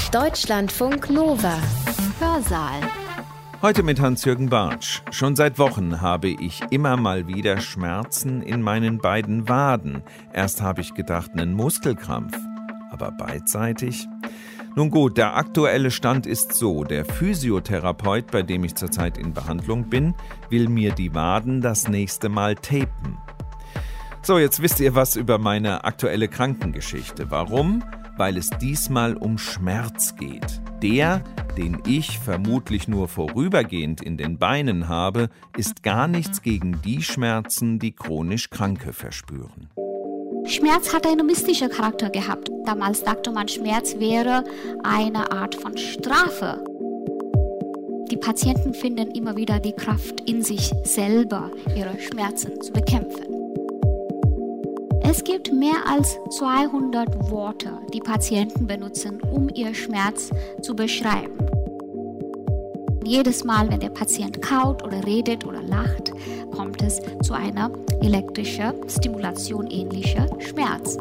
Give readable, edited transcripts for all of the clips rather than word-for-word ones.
Deutschlandfunk Nova. Hörsaal. Heute mit Hans-Jürgen Bartsch. Schon seit Wochen habe ich immer mal wieder Schmerzen in meinen beiden Waden. Erst habe ich gedacht, einen Muskelkrampf, aber beidseitig. Nun gut, der aktuelle Stand ist so: Der Physiotherapeut, bei dem ich zurzeit in Behandlung bin, will mir die Waden das nächste Mal tapen. So, jetzt wisst ihr was über meine aktuelle Krankengeschichte. Warum? Weil es diesmal um Schmerz geht. Der, den ich vermutlich nur vorübergehend in den Beinen habe, ist gar nichts gegen die Schmerzen, die chronisch Kranke verspüren. Schmerz hat einen mystischen Charakter gehabt. Damals dachte man, Schmerz wäre eine Art von Strafe. Die Patienten finden immer wieder die Kraft in sich selber, ihre Schmerzen zu bekämpfen. Es gibt mehr als 200 Worte, die Patienten benutzen, um ihr Schmerz zu beschreiben. Jedes Mal, wenn der Patient kaut oder redet oder lacht, kommt es zu einer elektrischen Stimulation ähnlicher Schmerz.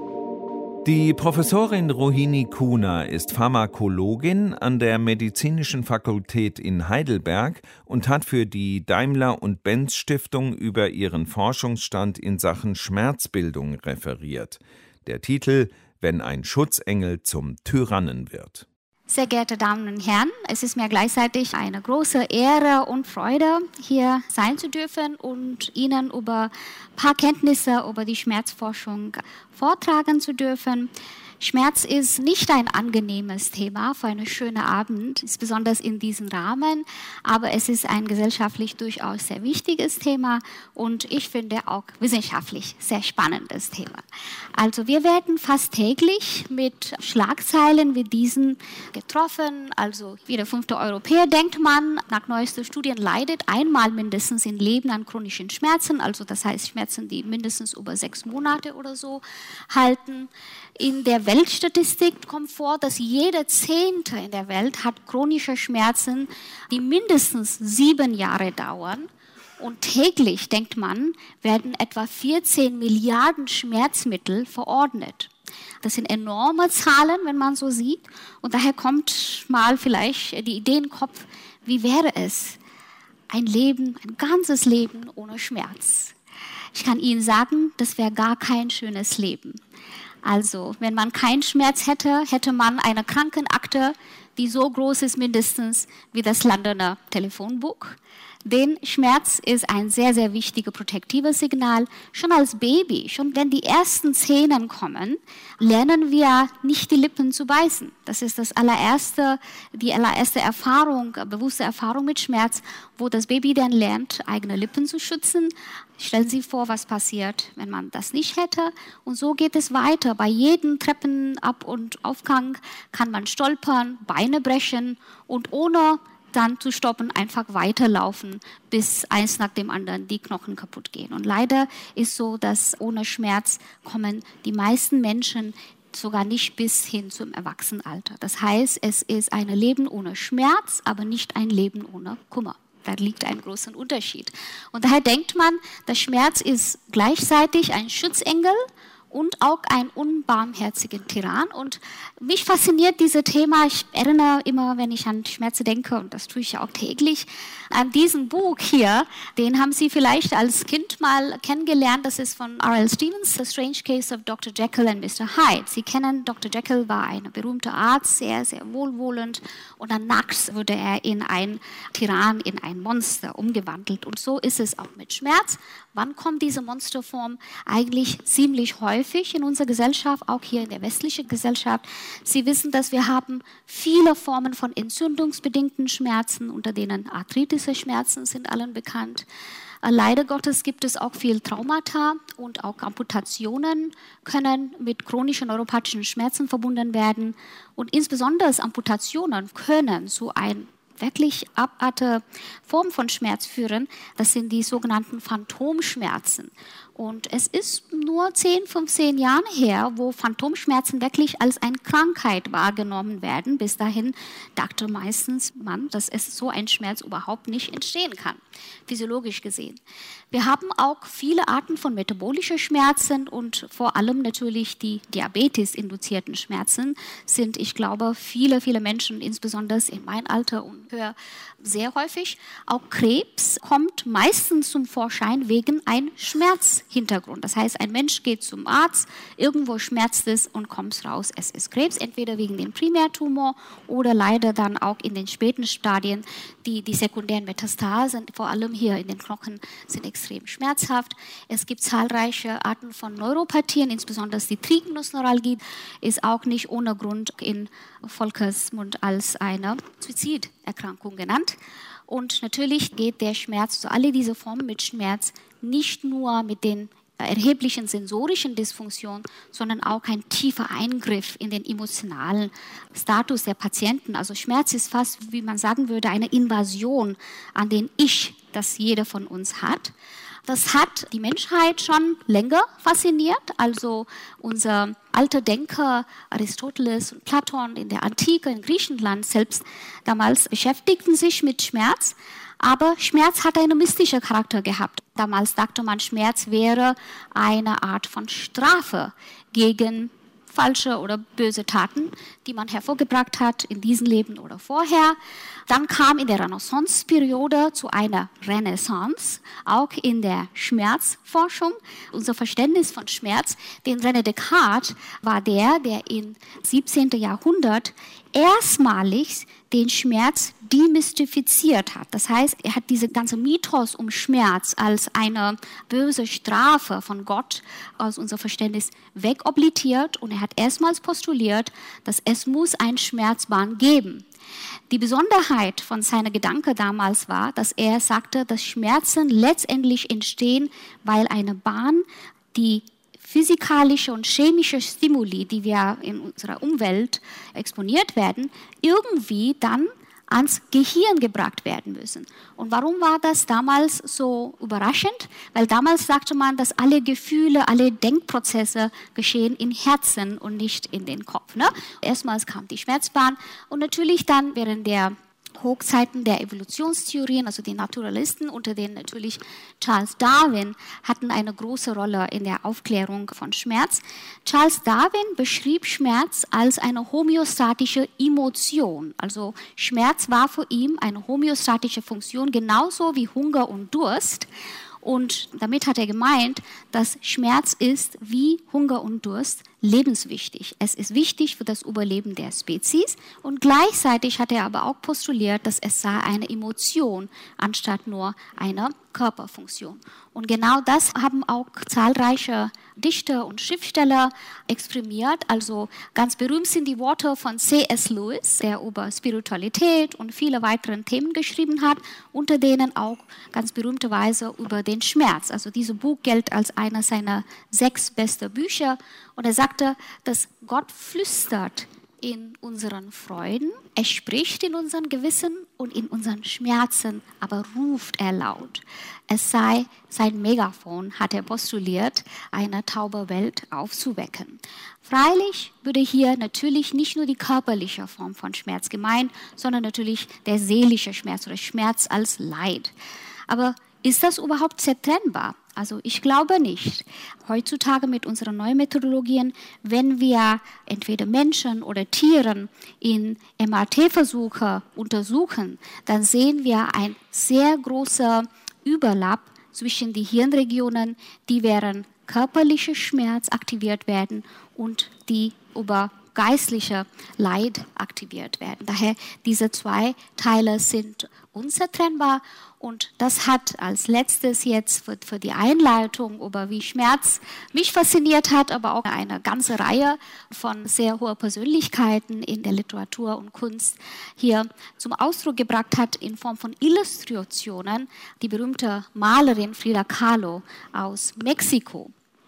Die Professorin Rohini Kuna ist Pharmakologin an der Medizinischen Fakultät in Heidelberg und hat für die Daimler- und Benz-Stiftung über ihren Forschungsstand in Sachen Schmerzbildung referiert. Der Titel: Wenn ein Schutzengel zum Tyrannen wird. Sehr geehrte Damen und Herren, es ist mir gleichzeitig eine große Ehre und Freude, hier sein zu dürfen und Ihnen über ein paar Kenntnisse über die Schmerzforschung vortragen zu dürfen. Schmerz ist nicht ein angenehmes Thema für einen schönen Abend, insbesondere in diesem Rahmen, aber es ist ein gesellschaftlich durchaus sehr wichtiges Thema und ich finde auch wissenschaftlich sehr spannendes Thema. Also wir werden fast täglich mit Schlagzeilen wie diesen getroffen. Also wie der 5. Europäer denkt man, nach neuesten Studien leidet einmal mindestens im Leben an chronischen Schmerzen, also das heißt Schmerzen, die mindestens über 6 Monate oder so halten. In der Weltstatistik kommt vor, dass jeder 10. in der Welt hat chronische Schmerzen, die mindestens 7 Jahre dauern. Und täglich, denkt man, werden etwa 14 Milliarden Schmerzmittel verordnet. Das sind enorme Zahlen, wenn man so sieht. Und daher kommt mal vielleicht die Idee in den Kopf, wie wäre es, ein ganzes Leben ohne Schmerz? Ich kann Ihnen sagen, das wäre gar kein schönes Leben. Also, wenn man keinen Schmerz hätte, hätte man eine Krankenakte, die so groß ist mindestens wie das Londoner Telefonbuch. Denn Schmerz ist ein sehr, sehr wichtiges protektives Signal. Schon als Baby, schon wenn die ersten Zähne kommen, lernen wir nicht die Lippen zu beißen. Das ist die allererste Erfahrung, bewusste Erfahrung mit Schmerz, wo das Baby dann lernt, eigene Lippen zu schützen. Stellen Sie vor, was passiert, wenn man das nicht hätte. Und so geht es weiter. Bei jedem Treppenab- und Aufgang kann man stolpern, Beine brechen und ohne dann zu stoppen, einfach weiterlaufen, bis eins nach dem anderen die Knochen kaputt gehen. Und leider ist so, dass ohne Schmerz kommen die meisten Menschen sogar nicht bis hin zum Erwachsenenalter. Das heißt, es ist ein Leben ohne Schmerz, aber nicht ein Leben ohne Kummer. Da liegt ein großer Unterschied. Und daher denkt man, der Schmerz ist gleichzeitig ein Schutzengel und auch ein unbarmherziger Tyrann. Und mich fasziniert dieses Thema. Ich erinnere immer, wenn ich an Schmerzen denke, und das tue ich ja auch täglich, an diesen Buch hier. Den haben Sie vielleicht als Kind mal kennengelernt. Das ist von R.L. Stevens, The Strange Case of Dr. Jekyll and Mr. Hyde. Sie kennen, Dr. Jekyll war ein berühmter Arzt, sehr, sehr wohlwollend. Und dann nachts wurde er in ein Tyrann, in ein Monster umgewandelt. Und so ist es auch mit Schmerz. Wann kommt diese Monsterform? Eigentlich ziemlich häufig in unserer Gesellschaft, auch hier in der westlichen Gesellschaft. Sie wissen, dass wir haben viele Formen von entzündungsbedingten Schmerzen, unter denen arthritische Schmerzen sind allen bekannt. Leider Gottes gibt es auch viel Traumata und auch Amputationen können mit chronischen neuropathischen Schmerzen verbunden werden. Und insbesondere Amputationen können zu einer wirklich abartige Form von Schmerz führen. Das sind die sogenannten Phantomschmerzen. Und es ist nur 10, 15 Jahre her, wo Phantomschmerzen wirklich als eine Krankheit wahrgenommen werden. Bis dahin dachte meistens man, dass es so ein Schmerz überhaupt nicht entstehen kann, physiologisch gesehen. Wir haben auch viele Arten von metabolischen Schmerzen und vor allem natürlich die Diabetes-induzierten Schmerzen sind, ich glaube, viele Menschen, insbesondere in meinem Alter und höher, sehr häufig. Auch Krebs kommt meistens zum Vorschein wegen einem Schmerzhintergrund. Das heißt, ein Mensch geht zum Arzt, irgendwo schmerzt es und kommt raus, es ist Krebs, entweder wegen dem Primärtumor oder leider dann auch in den späten Stadien. Die sekundären Metastasen, vor allem hier in den Knochen, sind extrem schmerzhaft. Es gibt zahlreiche Arten von Neuropathien, insbesondere die Trigeminusneuralgie ist auch nicht ohne Grund in Volksmund als eine Suiziderkrankung genannt. Und natürlich geht der Schmerz, also alle diese Formen mit Schmerz, nicht nur mit den erheblichen sensorischen Dysfunktionen, sondern auch ein tiefer Eingriff in den emotionalen Status der Patienten. Also Schmerz ist fast, wie man sagen würde, eine Invasion an den Ich, das jeder von uns hat. Das hat die Menschheit schon länger fasziniert. Also unser alter Denker Aristoteles und Platon in der Antike in Griechenland selbst damals beschäftigten sich mit Schmerz. Aber Schmerz hat einen mystischen Charakter gehabt. Damals dachte man, Schmerz wäre eine Art von Strafe gegen falsche oder böse Taten, die man hervorgebracht hat in diesem Leben oder vorher. Dann kam in der Renaissance-Periode zu einer Renaissance, auch in der Schmerzforschung. Unser Verständnis von Schmerz, den René Descartes war der im 17. Jahrhundert erstmalig den Schmerz demystifiziert hat. Das heißt, er hat diese ganze Mythos um Schmerz als eine böse Strafe von Gott aus unserem Verständnis wegobligiert und er hat erstmals postuliert, dass es muss eine Schmerzbahn geben. Die Besonderheit von seiner Gedanke damals war, dass er sagte, dass Schmerzen letztendlich entstehen, weil eine Bahn die physikalische und chemische Stimuli, die wir in unserer Umwelt exponiert werden, irgendwie dann ans Gehirn gebracht werden müssen. Und warum war das damals so überraschend? Weil damals sagte man, dass alle Gefühle, alle Denkprozesse geschehen im Herzen und nicht in den Kopf. Ne? Erstmals kam die Schmerzbahn und natürlich dann während der Hochzeiten der Evolutionstheorien, also die Naturalisten, unter denen natürlich Charles Darwin, hatten eine große Rolle in der Aufklärung von Schmerz. Charles Darwin beschrieb Schmerz als eine homöostatische Emotion. Also Schmerz war für ihn eine homöostatische Funktion, genauso wie Hunger und Durst. Und damit hat er gemeint, dass Schmerz ist wie Hunger und Durst lebenswichtig. Es ist wichtig für das Überleben der Spezies und gleichzeitig hat er aber auch postuliert, dass es sei eine Emotion anstatt nur eine Körperfunktion. Und genau das haben auch zahlreiche Dichter und Schriftsteller exprimiert. Also ganz berühmt sind die Worte von C.S. Lewis, der über Spiritualität und viele weitere Themen geschrieben hat, unter denen auch ganz berühmterweise über den Schmerz. Also dieses Buch gilt als einer seiner 6 besten Bücher. Und er sagte, dass Gott flüstert in unseren Freuden, er spricht in unseren Gewissen und in unseren Schmerzen, aber ruft er laut. Es sei sein Megafon, hat er postuliert, eine taube Welt aufzuwecken. Freilich würde hier natürlich nicht nur die körperliche Form von Schmerz gemeint, sondern natürlich der seelische Schmerz oder Schmerz als Leid. Aber ist das überhaupt zertrennbar? Also ich glaube nicht. Heutzutage mit unseren neuen Methodologien, wenn wir entweder Menschen oder Tieren in MRT-Versuche untersuchen, dann sehen wir ein sehr großer Überlapp zwischen den Hirnregionen, die während körperlicher Schmerz aktiviert werden und die über geistliche Leid aktiviert werden. Daher diese 2 Teile sind unzertrennbar und das hat als letztes jetzt für die Einleitung über wie Schmerz mich fasziniert hat, aber auch eine ganze Reihe von sehr hohen Persönlichkeiten in der Literatur und Kunst hier zum Ausdruck gebracht hat in Form von Illustrationen, die berühmte Malerin Frida Kahlo aus Mexiko.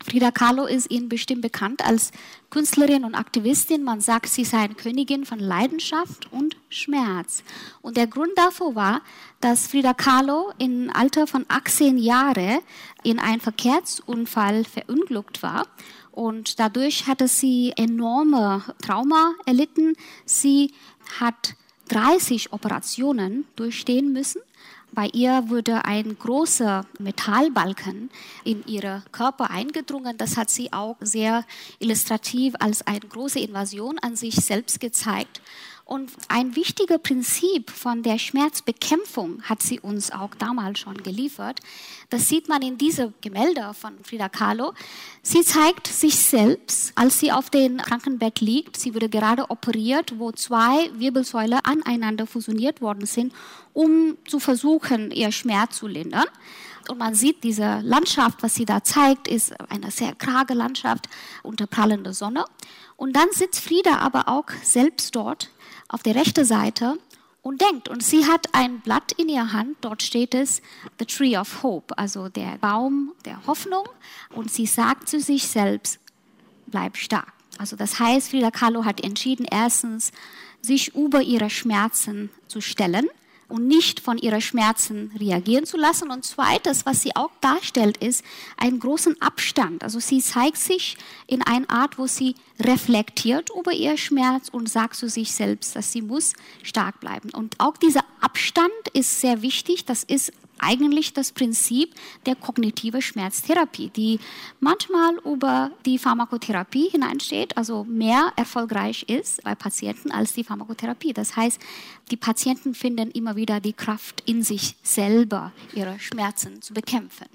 Frida Kahlo ist Ihnen bestimmt bekannt als Künstlerin und Aktivistin. Man sagt, sie sei eine Königin von Leidenschaft und Schmerz. Und der Grund dafür war, dass Frida Kahlo im Alter von 18 Jahren in einem Verkehrsunfall verunglückt war. Und dadurch hatte sie enorme Trauma erlitten. Sie hat 30 Operationen durchstehen müssen. Bei ihr wurde ein großer Metallbalken in ihren Körper eingedrungen. Das hat sie auch sehr illustrativ als eine große Invasion an sich selbst gezeigt. Und ein wichtiges Prinzip von der Schmerzbekämpfung hat sie uns auch damals schon geliefert. Das sieht man in diesem Gemälde von Frida Kahlo. Sie zeigt sich selbst, als sie auf dem Krankenbett liegt. Sie wurde gerade operiert, wo 2 Wirbelsäulen aneinander fusioniert worden sind, um zu versuchen, ihr Schmerz zu lindern. Und man sieht, diese Landschaft, was sie da zeigt, ist eine sehr karge Landschaft unter prallender Sonne. Und dann sitzt Frida aber auch selbst dort auf der rechten Seite und denkt. Und sie hat ein Blatt in ihrer Hand, dort steht es The Tree of Hope, also der Baum der Hoffnung. Und sie sagt zu sich selbst, bleib stark. Also das heißt, Frida Kahlo hat entschieden, erstens, sich über ihre Schmerzen zu stellen und nicht von ihren Schmerzen reagieren zu lassen. Und zweitens, was sie auch darstellt, ist einen großen Abstand. Also sie zeigt sich in einer Art, wo sie reflektiert über ihren Schmerz und sagt zu sich selbst, dass sie muss stark bleiben. Und auch dieser Abstand ist sehr wichtig. Das ist eigentlich das Prinzip der kognitiven Schmerztherapie, die manchmal über die Pharmakotherapie hineinsteht, also mehr erfolgreich ist bei Patienten als die Pharmakotherapie. Das heißt, die Patienten finden immer wieder die Kraft in sich selber, ihre Schmerzen zu bekämpfen.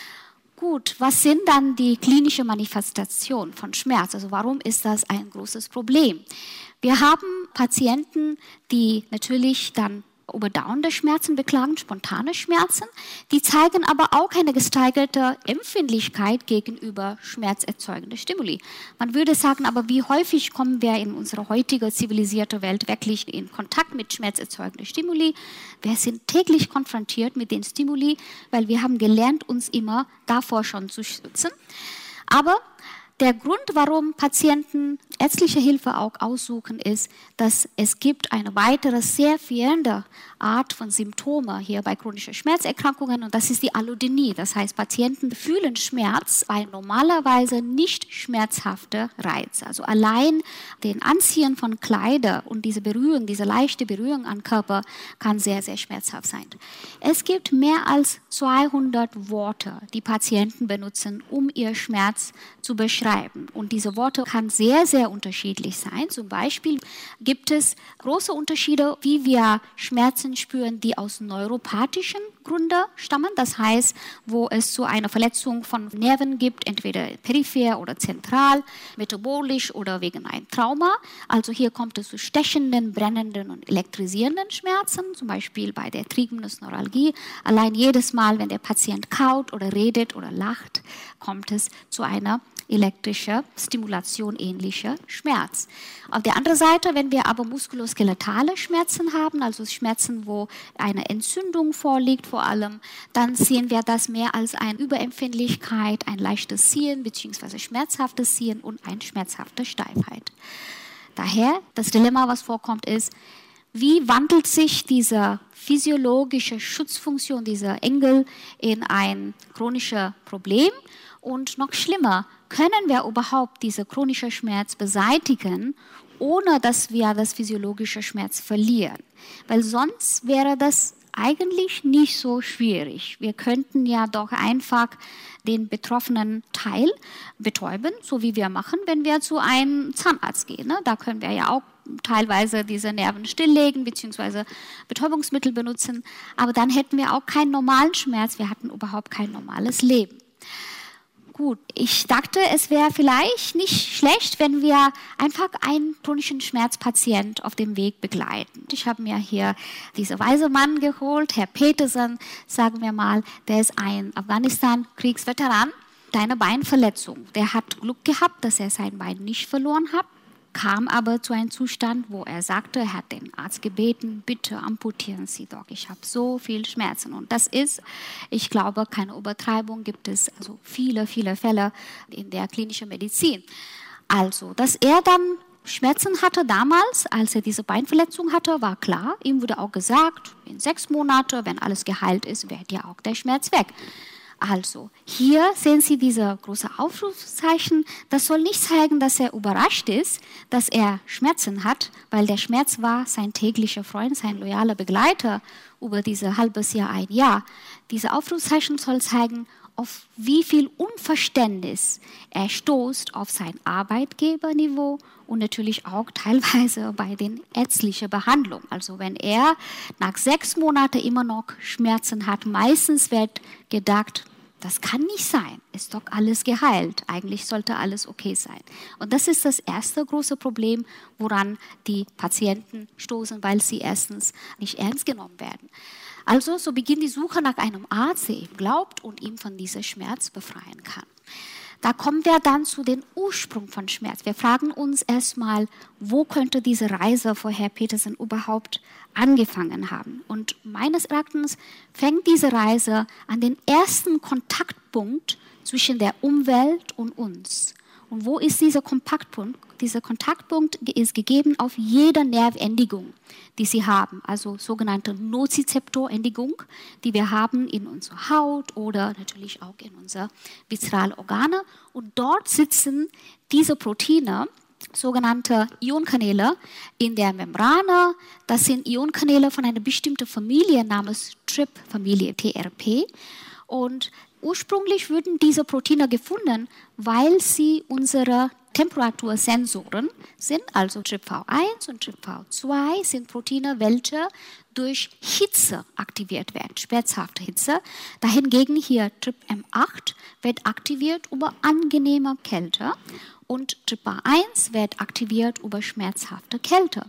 Gut, was sind dann die klinischen Manifestationen von Schmerz? Also warum ist das ein großes Problem? Wir haben Patienten, die natürlich dann überdauernde Schmerzen beklagen, spontane Schmerzen. Die zeigen aber auch eine gesteigerte Empfindlichkeit gegenüber schmerzerzeugenden Stimuli. Man würde sagen, aber wie häufig kommen wir in unserer heutigen zivilisierten Welt wirklich in Kontakt mit schmerzerzeugenden Stimuli? Wir sind täglich konfrontiert mit den Stimuli, weil wir haben gelernt, uns immer davor schon zu schützen. Aber der Grund, warum Patienten ärztliche Hilfe auch aussuchen, ist, dass es gibt eine weitere sehr fehlende Art von Symptomen hier bei chronischen Schmerzerkrankungen und das ist die Allodynie. Das heißt, Patienten fühlen Schmerz bei normalerweise nicht schmerzhafte Reize. Also allein den Anziehen von Kleider und diese Berührung, diese leichte Berührung am Körper kann sehr, sehr schmerzhaft sein. Es gibt mehr als 200 Worte, die Patienten benutzen, um ihr Schmerz zu beschreiben. Und diese Worte können sehr, sehr unterschiedlich sein. Zum Beispiel gibt es große Unterschiede, wie wir Schmerzen spüren, die aus neuropathischen Gründen stammen. Das heißt, wo es zu einer Verletzung von Nerven gibt, entweder peripher oder zentral, metabolisch oder wegen einem Trauma. Also hier kommt es zu stechenden, brennenden und elektrisierenden Schmerzen, zum Beispiel bei der Trigeminusneuralgie. Allein jedes Mal, wenn der Patient kaut oder redet oder lacht, kommt es zu einer elektrische Stimulation ähnlicher Schmerz. Auf der anderen Seite, wenn wir aber muskuloskeletale Schmerzen haben, also Schmerzen, wo eine Entzündung vorliegt vor allem, dann sehen wir das mehr als eine Überempfindlichkeit, ein leichtes Ziehen bzw. schmerzhaftes Ziehen und eine schmerzhafte Steifheit. Daher, das Dilemma, was vorkommt, ist, wie wandelt sich diese physiologische Schutzfunktion, dieser Engel, in ein chronisches Problem? Und noch schlimmer, können wir überhaupt diese chronische Schmerz beseitigen, ohne dass wir das physiologische Schmerz verlieren? Weil sonst wäre das eigentlich nicht so schwierig. Wir könnten ja doch einfach den betroffenen Teil betäuben, so wie wir machen, wenn wir zu einem Zahnarzt gehen. Ne? Da können wir ja auch teilweise diese Nerven stilllegen bzw. Betäubungsmittel benutzen, aber dann hätten wir auch keinen normalen Schmerz, wir hatten überhaupt kein normales Leben. Gut, ich dachte, es wäre vielleicht nicht schlecht, wenn wir einfach einen chronischen Schmerzpatient auf dem Weg begleiten. Ich habe mir hier diesen weisen Mann geholt, Herr Petersen, sagen wir mal, der ist ein Afghanistan-Kriegsveteran. Deine Beinverletzung, der hat Glück gehabt, dass er sein Bein nicht verloren hat. kam aber zu einem Zustand, wo er sagte, er hat den Arzt gebeten, bitte amputieren Sie doch, ich habe so viel Schmerzen. Und das ist, ich glaube, keine Übertreibung, gibt es also viele, viele Fälle in der klinischen Medizin. Also, dass er dann Schmerzen hatte damals, als er diese Beinverletzung hatte, war klar. Ihm wurde auch gesagt, in 6 Monaten, wenn alles geheilt ist, wird ja auch der Schmerz weg. Also, hier sehen Sie diese große Aufrufzeichen. Das soll nicht zeigen, dass er überrascht ist, dass er Schmerzen hat, weil der Schmerz war sein täglicher Freund, sein loyaler Begleiter über dieses halbes Jahr, ein Jahr. Diese Aufrufzeichen soll zeigen, auf wie viel Unverständnis er stoßt auf sein Arbeitgeberniveau und natürlich auch teilweise bei den ärztlichen Behandlungen. Also wenn er nach 6 Monaten immer noch Schmerzen hat, meistens wird gedacht, das kann nicht sein, ist doch alles geheilt, eigentlich sollte alles okay sein. Und das ist das erste große Problem, woran die Patienten stoßen, weil sie erstens nicht ernst genommen werden. Also so beginnt die Suche nach einem Arzt, der ihm glaubt und ihm von diesem Schmerz befreien kann. Da kommen wir dann zu dem Ursprung von Schmerz. Wir fragen uns erstmal, wo könnte diese Reise vor Herr Petersen überhaupt angefangen haben? Und meines Erachtens fängt diese Reise an den ersten Kontaktpunkt zwischen der Umwelt und uns. Und wo ist dieser Kontaktpunkt? Dieser Kontaktpunkt ist gegeben auf jeder Nervendigung, die Sie haben, also sogenannte Nozizeptorendigung, die wir haben in unserer Haut oder natürlich auch in unseren Viszeralorgane. Und dort sitzen diese Proteine, sogenannte Ionkanäle in der Membrane. Das sind Ionkanäle von einer bestimmten Familie namens TRP-Familie, TRP. Und ursprünglich wurden diese Proteine gefunden, weil sie unsere Temperatursensoren sind, also TRPV1 und TRPV2 sind Proteine, welche durch Hitze aktiviert werden, schmerzhafte Hitze. Dahingegen hier TRPM8 wird aktiviert über angenehme Kälte und TRPA1 wird aktiviert über schmerzhafte Kälte.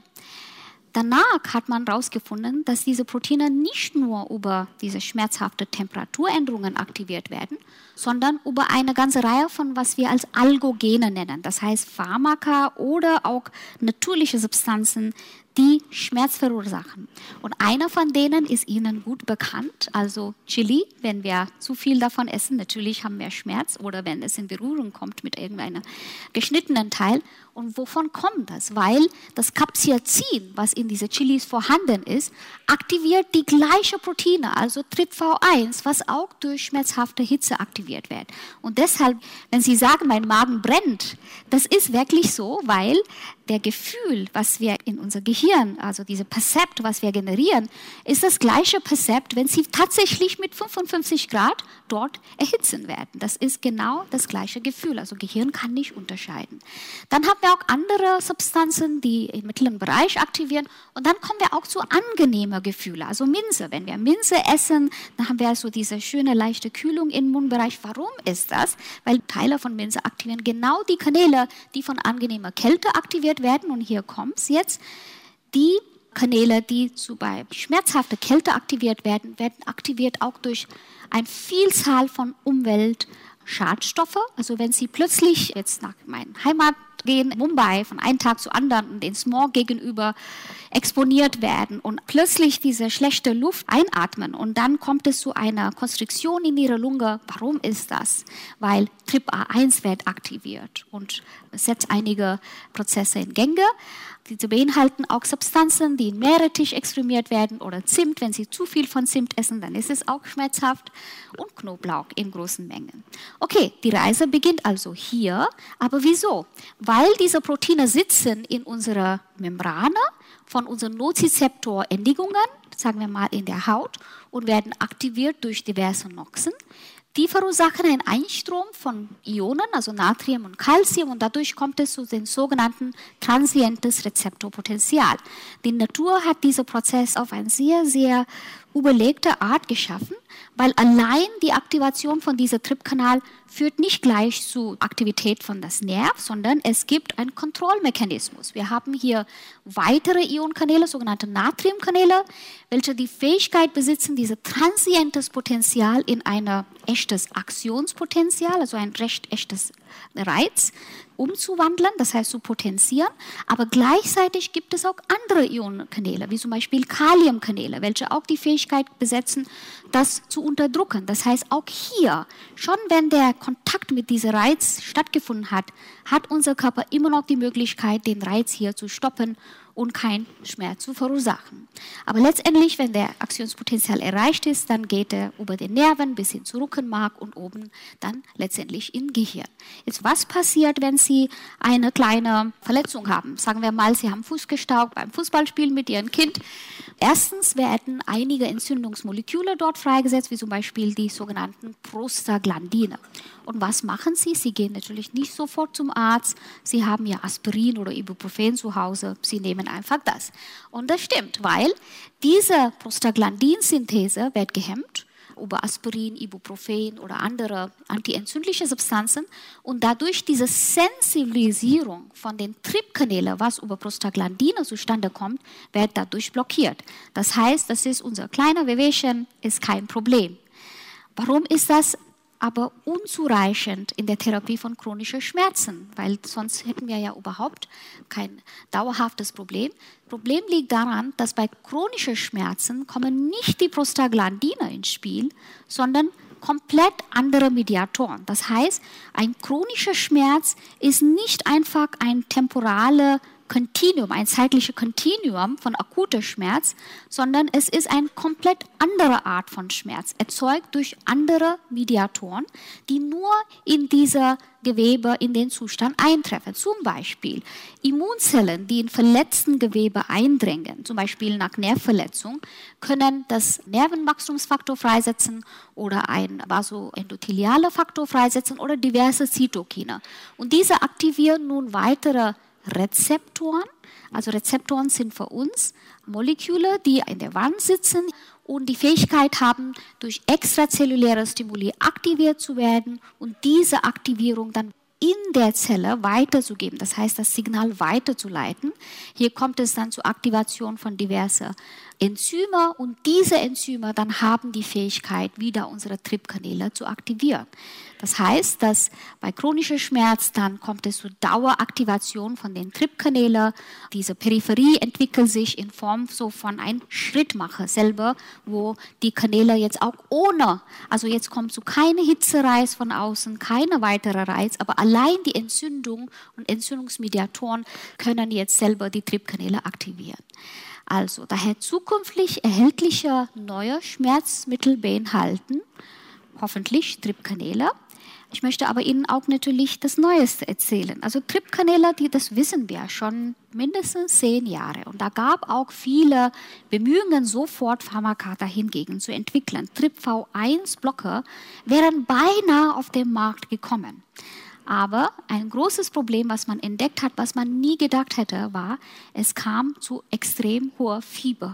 Danach hat man herausgefunden, dass diese Proteine nicht nur über diese schmerzhafte Temperaturänderungen aktiviert werden, sondern über eine ganze Reihe von, was wir als Algogene nennen. Das heißt Pharmaka oder auch natürliche Substanzen, die Schmerz verursachen. Und einer von denen ist Ihnen gut bekannt, also Chili. Wenn wir zu viel davon essen, natürlich haben wir Schmerz oder wenn es in Berührung kommt mit irgendeinem geschnittenen Teil. Und wovon kommt das? Weil das Capsaicin, was in diese Chilis vorhanden ist, aktiviert die gleiche Proteine, also TRPV1, was auch durch schmerzhafte Hitze aktiviert wird. Und deshalb, wenn Sie sagen, mein Magen brennt, das ist wirklich so, weil der Gefühl, was wir in unser Gehirn, also diese Perzept, was wir generieren, ist das gleiche Perzept, wenn Sie tatsächlich mit 55 Grad dort erhitzen werden. Das ist genau das gleiche Gefühl. Also Gehirn kann nicht unterscheiden. Dann haben wir auch andere Substanzen, die im mittleren Bereich aktivieren. Und dann kommen wir auch zu angenehmen Gefühlen. Also Minze. Wenn wir Minze essen, dann haben wir so diese schöne, leichte Kühlung im Mundbereich. Warum ist das? Weil Teile von Minze aktivieren genau die Kanäle, die von angenehmer Kälte aktiviert werden. Und hier kommt es jetzt. Die Kanäle, die bei schmerzhafter Kälte aktiviert werden, werden aktiviert auch durch eine Vielzahl von Umweltschadstoffen. Also wenn Sie plötzlich jetzt nach meiner Heimat gehen, in Mumbai, von einem Tag zu anderen und den Smog gegenüber exponiert werden und plötzlich diese schlechte Luft einatmen und dann kommt es zu einer Konstriktion in ihrer Lunge. Warum ist das? Weil TRPA1 wird aktiviert und es setzt einige Prozesse in Gänge. Diese beinhalten auch Substanzen, die in Meerrettich exprimiert werden oder Zimt. Wenn Sie zu viel von Zimt essen, dann ist es auch schmerzhaft. Und Knoblauch in großen Mengen. Okay, die Reise beginnt also hier. Aber wieso? Weil diese Proteine sitzen in unserer Membrane von unseren Nozizeptorendigungen, sagen wir mal in der Haut, und werden aktiviert durch diverse Noxen. Die verursachen einen Einstrom von Ionen, also Natrium und Calcium, und dadurch kommt es zu dem sogenannten transientes Rezeptorpotential. Die Natur hat diesen Prozess auf eine sehr, sehr überlegte Art geschaffen, weil allein die Aktivation von diesem TRP-Kanal führt nicht gleich zur Aktivität von das Nerv, sondern es gibt einen Kontrollmechanismus. Wir haben hier weitere Ionkanäle, sogenannte Natriumkanäle, welche die Fähigkeit besitzen, dieses transientes Potenzial in ein echtes Aktionspotenzial, also ein recht echtes Reiz, umzuwandeln, das heißt zu potenzieren, aber gleichzeitig gibt es auch andere Ionenkanäle, wie zum Beispiel Kaliumkanäle, welche auch die Fähigkeit besetzen, das zu unterdrücken. Das heißt, auch hier, schon wenn der Kontakt mit diesem Reiz stattgefunden hat, hat unser Körper immer noch die Möglichkeit, den Reiz hier zu stoppen und keinen Schmerz zu verursachen. Aber letztendlich, wenn der Aktionspotenzial erreicht ist, dann geht er über den Nerven bis hin zu Rückenmark und oben dann letztendlich in Gehirn. Jetzt, was passiert, wenn Sie eine kleine Verletzung haben? Sagen wir mal, Sie haben Fuß gestaucht beim Fußballspielen mit Ihrem Kind. Erstens werden einige Entzündungsmoleküle dort freigesetzt, wie zum Beispiel die sogenannten Prostaglandine. Und was machen Sie? Sie gehen natürlich nicht sofort zum Arzt. Sie haben ja Aspirin oder Ibuprofen zu Hause. Sie nehmen einfach das. Und das stimmt, weil diese Prostaglandinsynthese wird gehemmt über Aspirin, Ibuprofen oder andere antientzündliche Substanzen. Und dadurch diese Sensibilisierung von den Triebkanälen, was über Prostaglandine zustande kommt, wird dadurch blockiert. Das heißt, das ist unser kleiner Wehwehchen, ist kein Problem. Warum ist das aber unzureichend in der Therapie von chronischen Schmerzen, weil sonst hätten wir ja überhaupt kein dauerhaftes Problem. Das Problem liegt daran, dass bei chronischen Schmerzen kommen nicht die Prostaglandine ins Spiel, sondern komplett andere Mediatoren. Das heißt, ein chronischer Schmerz ist nicht einfach ein temporale Kontinuum, ein zeitliches Kontinuum von akuter Schmerz, sondern es ist eine komplett andere Art von Schmerz, erzeugt durch andere Mediatoren, die nur in dieser Gewebe in den Zustand eintreffen. Zum Beispiel Immunzellen, die in verletzten Gewebe eindringen, zum Beispiel nach Nervverletzung, können das Nervenwachstumsfaktor freisetzen oder ein vasoendothelialer Faktor freisetzen oder diverse Zytokine. Und diese aktivieren nun weitere Rezeptoren. Also Rezeptoren sind für uns Moleküle, die in der Wand sitzen und die Fähigkeit haben, durch extrazelluläre Stimuli aktiviert zu werden und diese Aktivierung dann in der Zelle weiterzugeben, das heißt, das Signal weiterzuleiten. Hier kommt es dann zur Aktivation von diversen Enzyme und diese Enzyme dann haben die Fähigkeit, wieder unsere Triebkanäle zu aktivieren. Das heißt, dass bei chronischem Schmerz dann kommt es zur Daueraktivation von den Triebkanälen. Diese Peripherie entwickelt sich in Form so von einem Schrittmacher selber, wo die Kanäle jetzt auch ohne, also jetzt kommt zu keine Hitzereiz von außen, keine weitere Reiz, aber allein die Entzündung und Entzündungsmediatoren können jetzt selber die Triebkanäle aktivieren. Also daher zukünftig erhältliche neue Schmerzmittel beinhalten hoffentlich Triebkanäle. Ich möchte aber Ihnen auch natürlich das Neueste erzählen. Also Triebkanäle, das wissen wir schon mindestens 10 Jahre. Und da gab auch viele Bemühungen, sofort Pharmaka dahingegen zu entwickeln. TRPV1-Blocker wären beinahe auf den Markt gekommen. Aber ein großes Problem, was man entdeckt hat, was man nie gedacht hätte, war, es kam zu extrem hoher Fieber,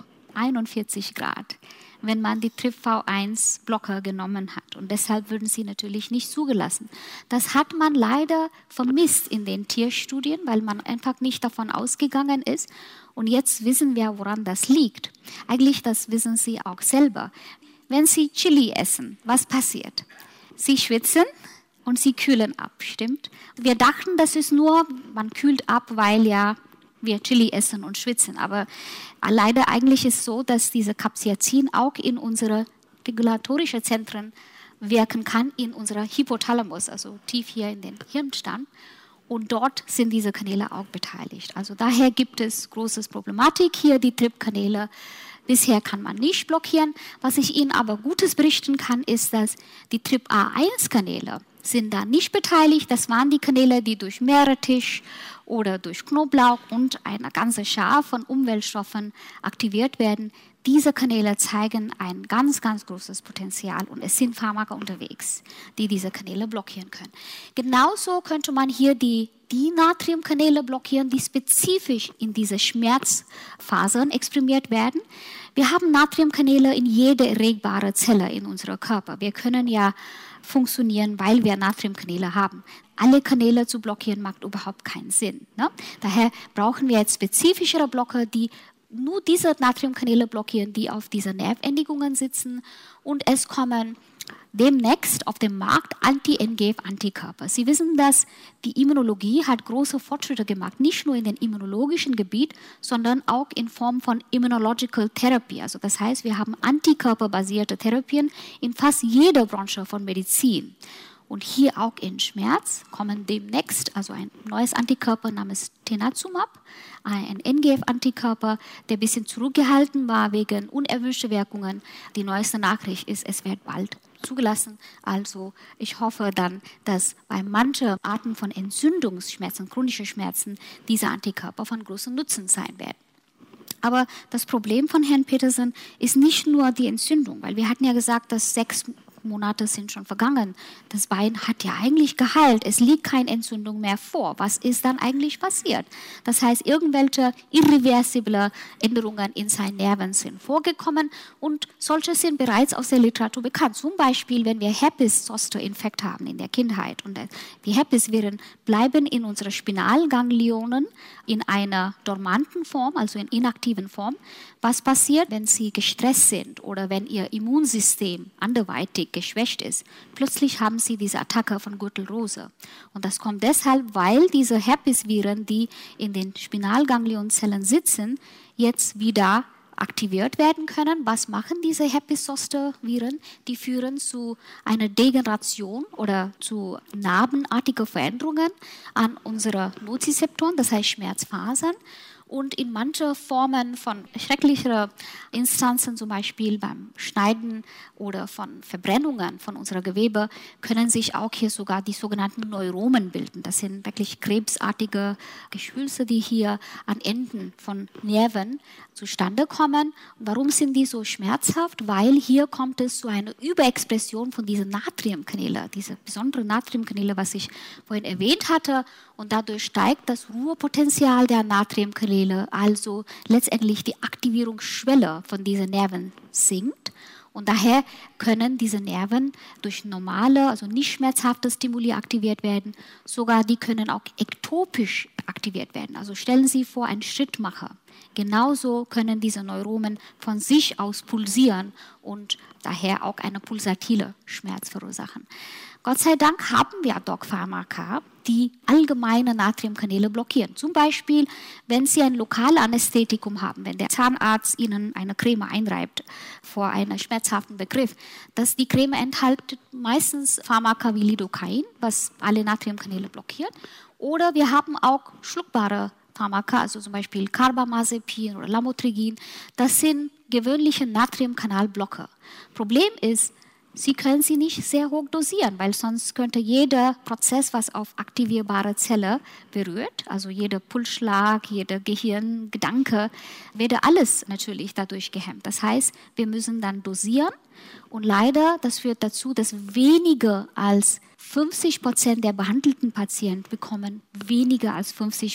41 Grad, wenn man die TRPV1-Blocker genommen hat. Und deshalb würden sie natürlich nicht zugelassen. Das hat man leider vermisst in den Tierstudien, weil man einfach nicht davon ausgegangen ist. Und jetzt wissen wir, woran das liegt. Eigentlich, das wissen Sie auch selber. Wenn Sie Chili essen, was passiert? Sie schwitzen und sie kühlen ab, stimmt? Wir dachten, das ist nur, man kühlt ab, weil ja wir Chili essen und schwitzen. Aber leider eigentlich ist es so, dass diese Capsaicin auch in unsere regulatorischen Zentren wirken kann, in unserer Hypothalamus, also tief hier in den Hirnstamm. Und dort sind diese Kanäle auch beteiligt. Also daher gibt es große Problematik hier, die Triebkanäle. Bisher kann man nicht blockieren. Was ich Ihnen aber Gutes berichten kann, ist, dass die TRPA1-Kanäle sind da nicht beteiligt. Das waren die Kanäle, die durch Meerrettich oder durch Knoblauch und eine ganze Schar von Umweltstoffen aktiviert werden. Diese Kanäle zeigen ein ganz, ganz großes Potenzial und es sind Pharmaka unterwegs, die diese Kanäle blockieren können. Genauso könnte man hier die Natriumkanäle blockieren, die spezifisch in diese Schmerzphasen exprimiert werden. Wir haben Natriumkanäle in jede erregbare Zelle in unserem Körper. Wir können ja funktionieren, weil wir Natriumkanäle haben. Alle Kanäle zu blockieren macht überhaupt keinen Sinn. Ne? Daher brauchen wir jetzt spezifischere Blocker, die nur diese Natriumkanäle blockieren, die auf diese Nervendigungen sitzen. Und es kommen demnächst auf dem Markt Anti-NGF-Antikörper. Sie wissen, dass die Immunologie hat große Fortschritte gemacht, nicht nur in dem immunologischen Gebiet, sondern auch in Form von Immunological Therapy. Also das heißt, wir haben antikörperbasierte Therapien in fast jeder Branche von Medizin. Und hier auch in Schmerz kommen demnächst also ein neues Antikörper namens Tenazumab, ein NGF-Antikörper, der ein bisschen zurückgehalten war wegen unerwünschter Wirkungen. Die neueste Nachricht ist, es wird bald zugelassen. Also ich hoffe dann, dass bei manchen Arten von Entzündungsschmerzen, chronischen Schmerzen, diese Antikörper von großem Nutzen sein werden. Aber das Problem von Herrn Petersen ist nicht nur die Entzündung, weil wir hatten ja gesagt, dass 6 Monate sind schon vergangen. Das Bein hat ja eigentlich geheilt. Es liegt keine Entzündung mehr vor. Was ist dann eigentlich passiert? Das heißt, irgendwelche irreversible Änderungen in seinen Nerven sind vorgekommen und solche sind bereits aus der Literatur bekannt. Zum Beispiel, wenn wir Herpes-Zoster-Infekt haben in der Kindheit und die Herpesviren bleiben in unseren Spinalganglionen in einer dormanten Form, also in inaktiven Form. Was passiert, wenn sie gestresst sind oder wenn ihr Immunsystem anderweitig geschwächt ist? Plötzlich haben sie diese Attacke von Gürtelrose. Und das kommt deshalb, weil diese Herpesviren, die in den Spinalganglionzellen sitzen, jetzt wieder aktiviert werden können. Was machen diese Herpes-Zoster-Viren? Die führen zu einer Degeneration oder zu narbenartigen Veränderungen an unseren Nozizeptoren, das heißt Schmerzfasern. Und in manchen Formen von schrecklicher Instanzen, zum Beispiel beim Schneiden oder von Verbrennungen von unserer Gewebe, können sich auch hier sogar die sogenannten Neuromen bilden. Das sind wirklich krebsartige Geschwülste, die hier an Enden von Nerven zustande kommen. Und warum sind die so schmerzhaft? Weil hier kommt es zu einer Überexpression von diesen Natriumkanälen, diese besonderen Natriumkanäle, was ich vorhin erwähnt hatte. Und dadurch steigt das Ruhepotenzial der Natriumkanäle, also letztendlich die Aktivierungsschwelle von diesen Nerven sinkt. Und daher können diese Nerven durch normale, also nicht schmerzhafte Stimuli aktiviert werden. Sogar die können auch ektopisch aktiviert werden. Also stellen Sie vor, einen Schrittmacher. Genauso können diese Neuronen von sich aus pulsieren und daher auch eine pulsatile Schmerz verursachen. Gott sei Dank haben wir Doc-Pharmaka, die allgemeine Natriumkanäle blockieren. Zum Beispiel, wenn Sie ein lokales Anästhetikum haben, wenn der Zahnarzt Ihnen eine Creme einreibt vor einem schmerzhaften Begriff, dass die Creme enthält meistens Pharmaka wie Lidocain, was alle Natriumkanäle blockiert. Oder wir haben auch schluckbare Pharmaka, also zum Beispiel Carbamazepin oder Lamotrigin. Das sind gewöhnliche Natriumkanalblocker. Problem ist, Sie können sie nicht sehr hoch dosieren, weil sonst könnte jeder Prozess, was auf aktivierbare Zelle berührt, also jeder Pulsschlag, jeder Gehirngedanke, werde alles natürlich dadurch gehemmt. Das heißt, wir müssen dann dosieren und leider, das führt dazu, dass weniger als 50% der behandelten Patienten bekommen weniger als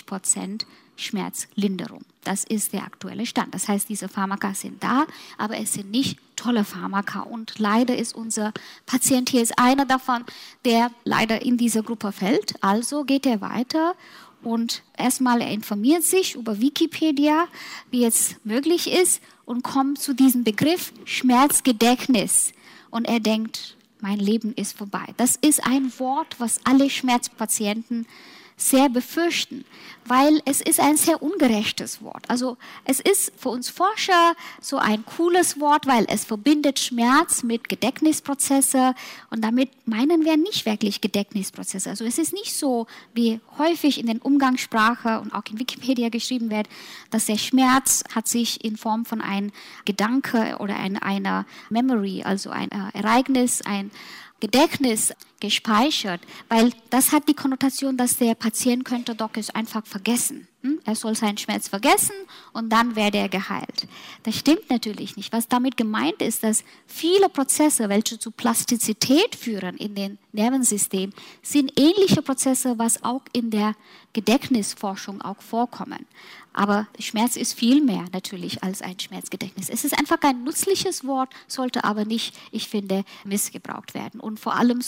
50% Schmerzlinderung. Das ist der aktuelle Stand. Das heißt, diese Pharmaka sind da, aber es sind nicht tolle Pharmaka. Und leider ist unser Patient hier ist einer davon, der leider in diese Gruppe fällt. Also geht er weiter und erstmal er informiert sich über Wikipedia, wie es möglich ist und kommt zu diesem Begriff Schmerzgedächtnis. Und er denkt, mein Leben ist vorbei. Das ist ein Wort, was alle Schmerzpatienten sehr befürchten, weil es ist ein sehr ungerechtes Wort. Also es ist für uns Forscher so ein cooles Wort, weil es verbindet Schmerz mit Gedächtnisprozesse und damit meinen wir nicht wirklich Gedächtnisprozesse. Also es ist nicht so, wie häufig in der Umgangssprache und auch in Wikipedia geschrieben wird, dass der Schmerz hat sich in Form von einem Gedanke oder einer Memory, also ein Ereignis, ein Gedächtnis gespeichert, weil das hat die Konnotation, dass der Patient könnte doch es einfach vergessen. Er soll seinen Schmerz vergessen und dann werde er geheilt. Das stimmt natürlich nicht. Was damit gemeint ist, dass viele Prozesse, welche zu Plastizität führen in den Nervensystem, sind ähnliche Prozesse, was auch in der Gedächtnisforschung auch vorkommen. Aber Schmerz ist viel mehr natürlich als ein Schmerzgedächtnis. Es ist einfach ein nützliches Wort, sollte aber nicht, ich finde, missgebraucht werden. Und vor allem sollte man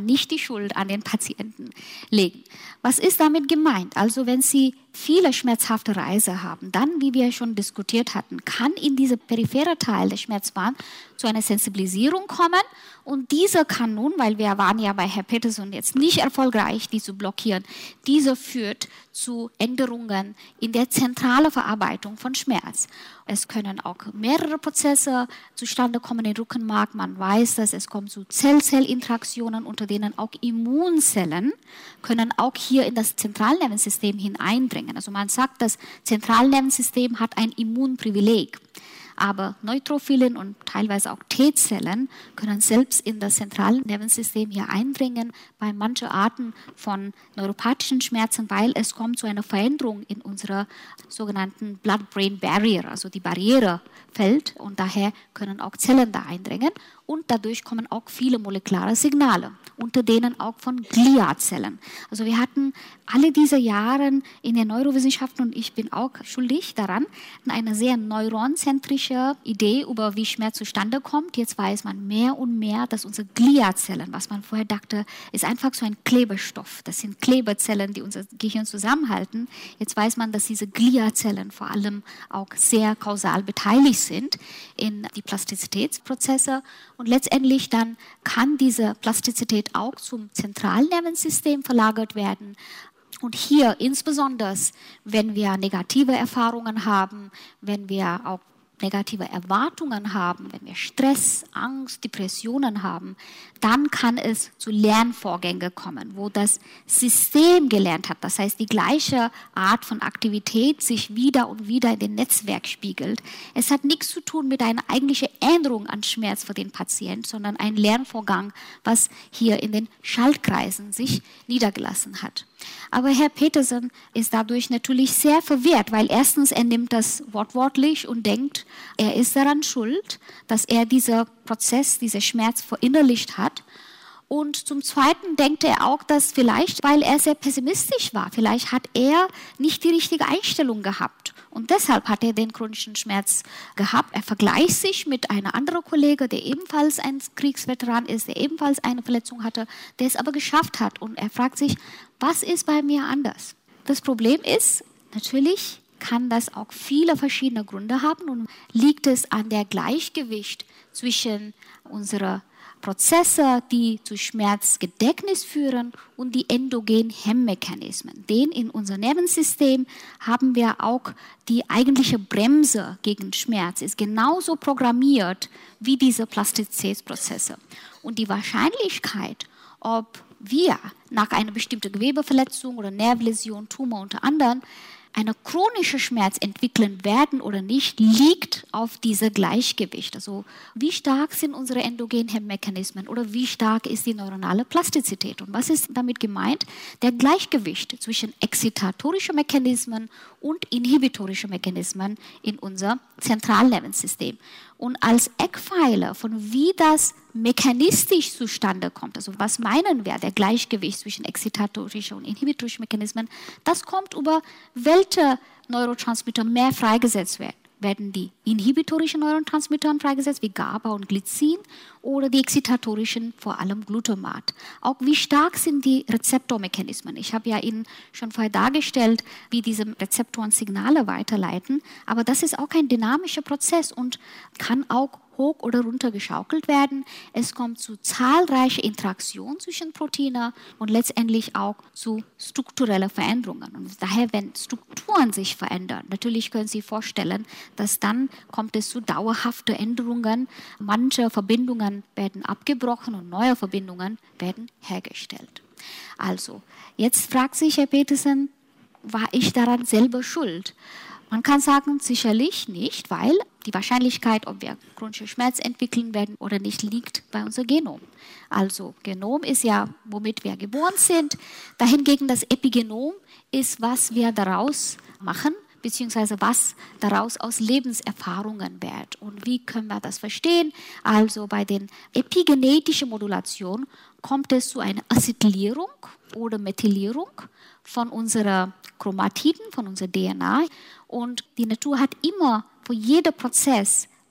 nicht die Schuld an den Patienten legen. Was ist damit gemeint? Also wenn Sie viele schmerzhafte Reise haben, dann, wie wir schon diskutiert hatten, kann in diesem peripheren Teil der Schmerzbahn zu einer Sensibilisierung kommen und diese kann nun, weil wir waren ja bei Herrn Peterson jetzt nicht erfolgreich, die zu blockieren, diese führt zu Änderungen in der zentralen Verarbeitung von Schmerz. Es können auch mehrere Prozesse zustande kommen im Rückenmark. Man weiß, dass es kommt zu Zell-Zell-Interaktionen, unter denen auch Immunzellen können auch hier in das Zentralnervensystem hineindringen. Also man sagt, das Zentralnervensystem hat ein Immunprivileg. Aber Neutrophilen und teilweise auch T-Zellen können selbst in das zentrale Nervensystem hier eindringen bei manchen Arten von neuropathischen Schmerzen, weil es kommt zu einer Veränderung in unserer sogenannten Blood-Brain Barrier, also die Barriere fällt und daher können auch Zellen da eindringen und dadurch kommen auch viele molekulare Signale, unter denen auch von Gliazellen. Also wir hatten alle diese Jahre in den Neurowissenschaften und ich bin auch schuldig daran, eine sehr neuronzentrische Idee über wie Schmerz zustande kommt. Jetzt weiß man mehr und mehr, dass unsere Gliazellen, was man vorher dachte, ist einfach so ein Klebestoff. Das sind Klebezellen, die unser Gehirn zusammenhalten. Jetzt weiß man, dass diese Gliazellen vor allem auch sehr kausal beteiligt sind in die Plastizitätsprozesse und letztendlich dann kann diese Plastizität auch zum Zentralnervensystem verlagert werden. Und hier insbesondere, wenn wir negative Erfahrungen haben, wenn wir auch negative Erwartungen haben, wenn wir Stress, Angst, Depressionen haben, dann kann es zu Lernvorgängen kommen, wo das System gelernt hat. Das heißt, die gleiche Art von Aktivität sich wieder und wieder in dem Netzwerk spiegelt. Es hat nichts zu tun mit einer eigentlichen Änderung an Schmerz für den Patienten, sondern ein Lernvorgang, was hier in den Schaltkreisen sich niedergelassen hat. Aber Herr Peterson ist dadurch natürlich sehr verwirrt, weil erstens er nimmt das wortwörtlich und denkt, er ist daran schuld, dass er diesen Prozess, diesen Schmerz verinnerlicht hat. Und zum Zweiten denkt er auch, dass vielleicht, weil er sehr pessimistisch war, vielleicht hat er nicht die richtige Einstellung gehabt. Und deshalb hat er den chronischen Schmerz gehabt. Er vergleicht sich mit einem anderen Kollegen, der ebenfalls ein Kriegsveteran ist, der ebenfalls eine Verletzung hatte, der es aber geschafft hat. Und er fragt sich, was ist bei mir anders? Das Problem ist, natürlich kann das auch viele verschiedene Gründe haben und liegt es an der Gleichgewicht zwischen unserer Prozesse, die zu Schmerzgedächtnis führen und die endogenen Hemmmechanismen. Denn in unserem Nervensystem haben wir auch die eigentliche Bremse gegen Schmerz, ist genauso programmiert wie diese Plastizitätsprozesse. Und die Wahrscheinlichkeit, ob wir nach einer bestimmten Gewebeverletzung oder Nervläsion, Tumor unter anderem, eine chronische Schmerz entwickeln werden oder nicht, liegt auf diesem Gleichgewicht. Also wie stark sind unsere endogenen Hemmmechanismen oder wie stark ist die neuronale Plastizität? Und was ist damit gemeint? Der Gleichgewicht zwischen exzitatorischen Mechanismen und inhibitorischen Mechanismen in unserem Zentralnervensystem. Und als Eckpfeiler von wie das mechanistisch zustande kommt, also was meinen wir, der Gleichgewicht zwischen exzitatorischen und inhibitorischen Mechanismen, das kommt über welche Neurotransmitter mehr freigesetzt werden. Werden die inhibitorischen Neurotransmitter freigesetzt, wie GABA und Glycin, oder die exzitatorischen, vor allem Glutamat. Auch wie stark sind die Rezeptormechanismen? Ich habe ja Ihnen schon vorher dargestellt, wie diese Rezeptoren Signale weiterleiten, aber das ist auch ein dynamischer Prozess und kann auch hoch oder runter geschaukelt werden. Es kommt zu zahlreichen Interaktionen zwischen Proteinen und letztendlich auch zu strukturellen Veränderungen. Und daher, wenn Strukturen sich verändern, natürlich können Sie sich vorstellen, dass dann kommt es zu dauerhaften Änderungen. Manche Verbindungen werden abgebrochen und neue Verbindungen werden hergestellt. Also, jetzt fragt sich Herr Peterson, war ich daran selber schuld? Man kann sagen, sicherlich nicht, weil die Wahrscheinlichkeit, ob wir chronische Schmerz entwickeln werden oder nicht, liegt bei unserem Genom. Also Genom ist ja, womit wir geboren sind. Dahingegen das Epigenom ist, was wir daraus machen, beziehungsweise was daraus aus Lebenserfahrungen wird. Und wie können wir das verstehen? Also bei den epigenetischen Modulationen kommt es zu einer Acetylierung oder Methylierung von unserer Chromatiden, von unserer DNA. Und die Natur hat immer für jeden Prozess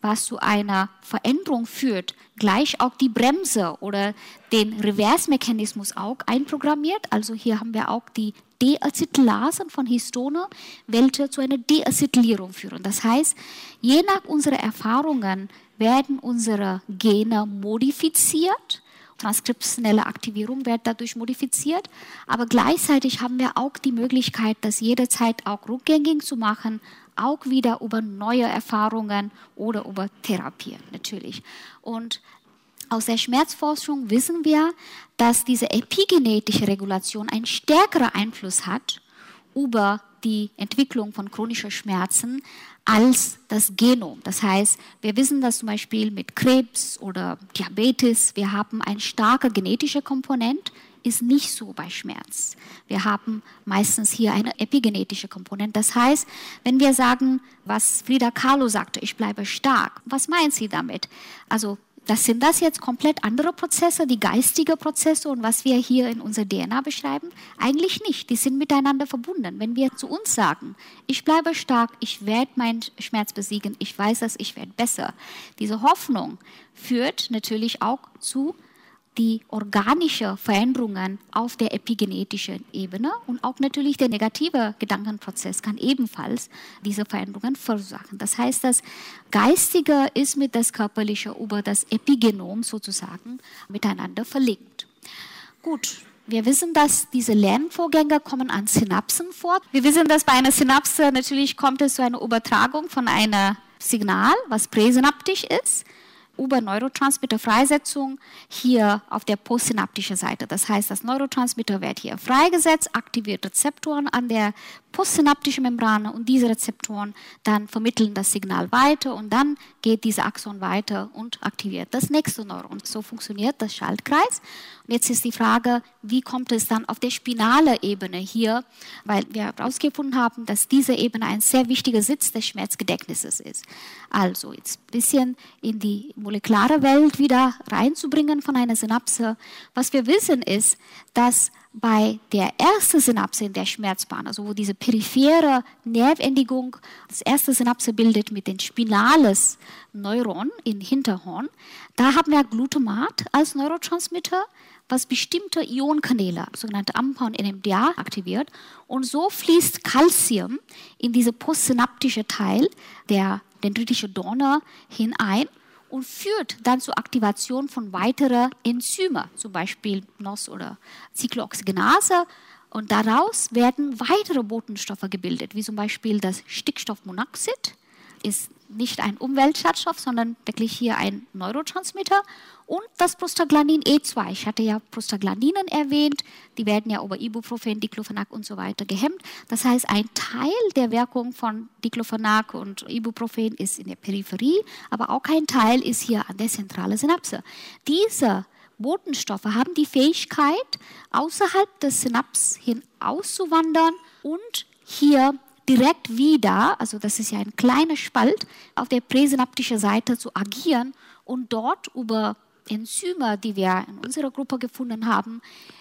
was zu einer Veränderung führt, gleich auch die Bremse oder den Reverse-Mechanismus auch einprogrammiert. Also hier haben wir auch die Deacetylasen von Histone, welche zu einer Deacetylierung führen. Das heißt, je nach unserer Erfahrungen werden unsere Gene modifiziert, transkriptionelle Aktivierung wird dadurch modifiziert, aber gleichzeitig haben wir auch die Möglichkeit, das jederzeit auch rückgängig zu machen, auch wieder über neue Erfahrungen oder über Therapien natürlich. Und aus der Schmerzforschung wissen wir, dass diese epigenetische Regulation einen stärkeren Einfluss hat über die Entwicklung von chronischen Schmerzen als das Genom. Das heißt, wir wissen, dass zum Beispiel mit Krebs oder Diabetes, wir haben eine starke genetische Komponente, ist nicht so bei Schmerz. Wir haben meistens hier eine epigenetische Komponente. Das heißt, wenn wir sagen, was Frida Kahlo sagte, ich bleibe stark, was meint sie damit? Also sind das jetzt komplett andere Prozesse, die geistige Prozesse und was wir hier in unserer DNA beschreiben? Eigentlich nicht, die sind miteinander verbunden. Wenn wir zu uns sagen, ich bleibe stark, ich werde meinen Schmerz besiegen, ich weiß es, ich werde besser. Diese Hoffnung führt natürlich auch zu die organische Veränderungen auf der epigenetischen Ebene und auch natürlich der negative Gedankenprozess kann ebenfalls diese Veränderungen verursachen. Das heißt, das Geistige ist mit das Körperliche über das Epigenom sozusagen miteinander verlinkt. Gut. Wir wissen, dass diese Lernvorgänge kommen an Synapsen vor. Wir wissen, dass bei einer Synapse natürlich kommt es zu einer Übertragung von einem Signal, was präsynaptisch ist, über Neurotransmitterfreisetzung hier auf der postsynaptischen Seite. Das heißt, das Neurotransmitter wird hier freigesetzt, aktiviert Rezeptoren an der postsynaptischen Membrane und diese Rezeptoren dann vermitteln das Signal weiter und dann geht dieser Axon weiter und aktiviert das nächste Neuron. So funktioniert das Schaltkreis. Und jetzt ist die Frage, wie kommt es dann auf der spinalen Ebene hier, weil wir herausgefunden haben, dass diese Ebene ein sehr wichtiger Sitz des Schmerzgedächtnisses ist. Also jetzt ein bisschen in die molekulare Welt wieder reinzubringen von einer Synapse. Was wir wissen ist, dass bei der ersten Synapse in der Schmerzbahn, also wo diese periphere Nervendigung das erste Synapse bildet mit dem spinales Neuron im Hinterhorn, da haben wir Glutamat als Neurotransmitter, was bestimmte Ionenkanäle, sogenannte AMPA und NMDA, aktiviert. Und so fließt Calcium in diese postsynaptische Teil der dendritische Dorne hinein und führt dann zur Aktivation von weiteren Enzymen, zum Beispiel NOS oder Cyclooxygenase. Und daraus werden weitere Botenstoffe gebildet, wie zum Beispiel das Stickstoffmonoxid, ist nicht ein Umweltschadstoff, sondern wirklich hier ein Neurotransmitter. Und das Prostaglandin E2. Ich hatte ja Prostaglandinen erwähnt, die werden ja über Ibuprofen, Diclofenac und so weiter gehemmt. Das heißt, ein Teil der Wirkung von Diclofenac und Ibuprofen ist in der Peripherie, aber auch ein Teil ist hier an der zentralen Synapse. Diese Botenstoffe haben die Fähigkeit, außerhalb des Synaps hin auszuwandern und hier direkt wieder, also das ist ja ein kleiner Spalt, auf der präsynaptischen Seite zu agieren und dort über Enzyme, die wir in unserer Gruppe gefunden haben,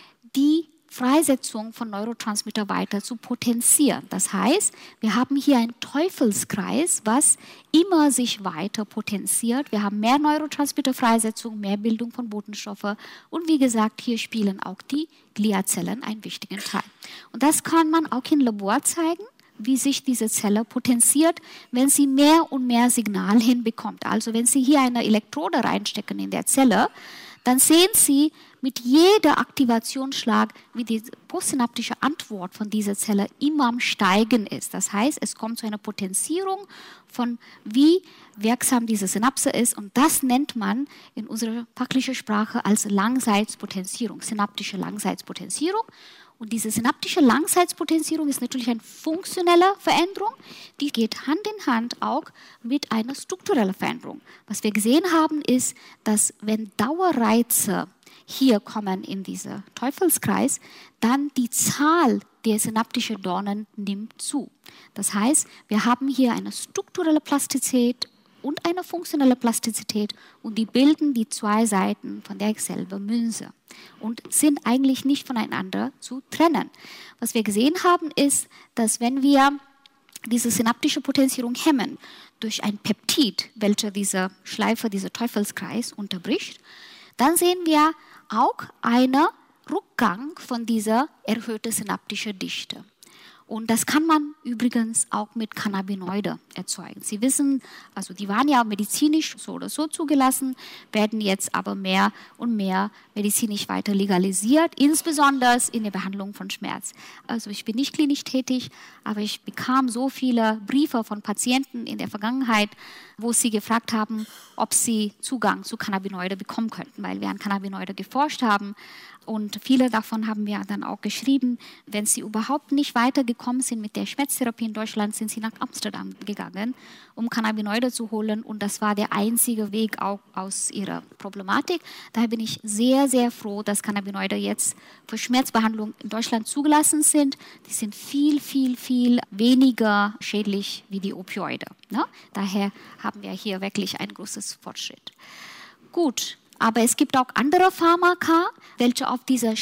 die Freisetzung von Neurotransmitter weiter zu potenzieren. Das heißt, wir haben hier einen Teufelskreis, was immer sich weiter potenziert. Wir haben mehr Neurotransmitterfreisetzung, mehr Bildung von Botenstoffen und wie gesagt, hier spielen auch die Gliazellen einen wichtigen Teil. Und das kann man auch im Labor zeigen, wie sich diese Zelle potenziert, wenn sie mehr und mehr Signal hinbekommt. Also wenn Sie hier eine Elektrode reinstecken in der Zelle, dann sehen Sie mit jedem Aktivationsschlag, wie die postsynaptische Antwort von dieser Zelle immer am Steigen ist. Das heißt, es kommt zu einer Potenzierung von wie wirksam diese Synapse ist und das nennt man in unserer fachlichen Sprache als Langzeitpotenzierung, synaptische Langzeitpotenzierung. Und diese synaptische Langzeitpotenzierung ist natürlich eine funktionelle Veränderung, die geht Hand in Hand auch mit einer strukturellen Veränderung. Was wir gesehen haben, ist, dass wenn Dauerreize hier kommen in diesen Teufelskreis, dann die Zahl der synaptischen Dornen nimmt zu. Das heißt, wir haben hier eine strukturelle Plastizität und eine funktionelle Plastizität und die bilden die zwei Seiten von derselben Münze und sind eigentlich nicht voneinander zu trennen. Was wir gesehen haben, ist, dass wenn wir diese synaptische Potenzierung hemmen durch ein Peptid, welcher diese Schleife, dieser Teufelskreis unterbricht, dann sehen wir auch einen Rückgang von dieser erhöhten synaptischen Dichte. Und das kann man übrigens auch mit Cannabinoiden erzeugen. Sie wissen, also die waren ja medizinisch so oder so zugelassen, werden jetzt aber mehr und mehr medizinisch weiter legalisiert, insbesondere in der Behandlung von Schmerz. Also ich bin nicht klinisch tätig, aber ich bekam so viele Briefe von Patienten in der Vergangenheit, wo sie gefragt haben, ob sie Zugang zu Cannabinoiden bekommen könnten, weil wir an Cannabinoiden geforscht haben. Und viele davon haben wir dann auch geschrieben, wenn sie überhaupt nicht weitergekommen sind mit der Schmerztherapie in Deutschland, sind sie nach Amsterdam gegangen, um Cannabinoide zu holen. Und das war der einzige Weg auch aus ihrer Problematik. Daher bin ich sehr, sehr froh, dass Cannabinoide jetzt für Schmerzbehandlung in Deutschland zugelassen sind. Die sind viel, viel, viel weniger schädlich wie die Opioide. Ne? Daher haben wir hier wirklich ein großes Fortschritt. Gut. Aber es gibt auch andere Pharmaka, welche auf dieser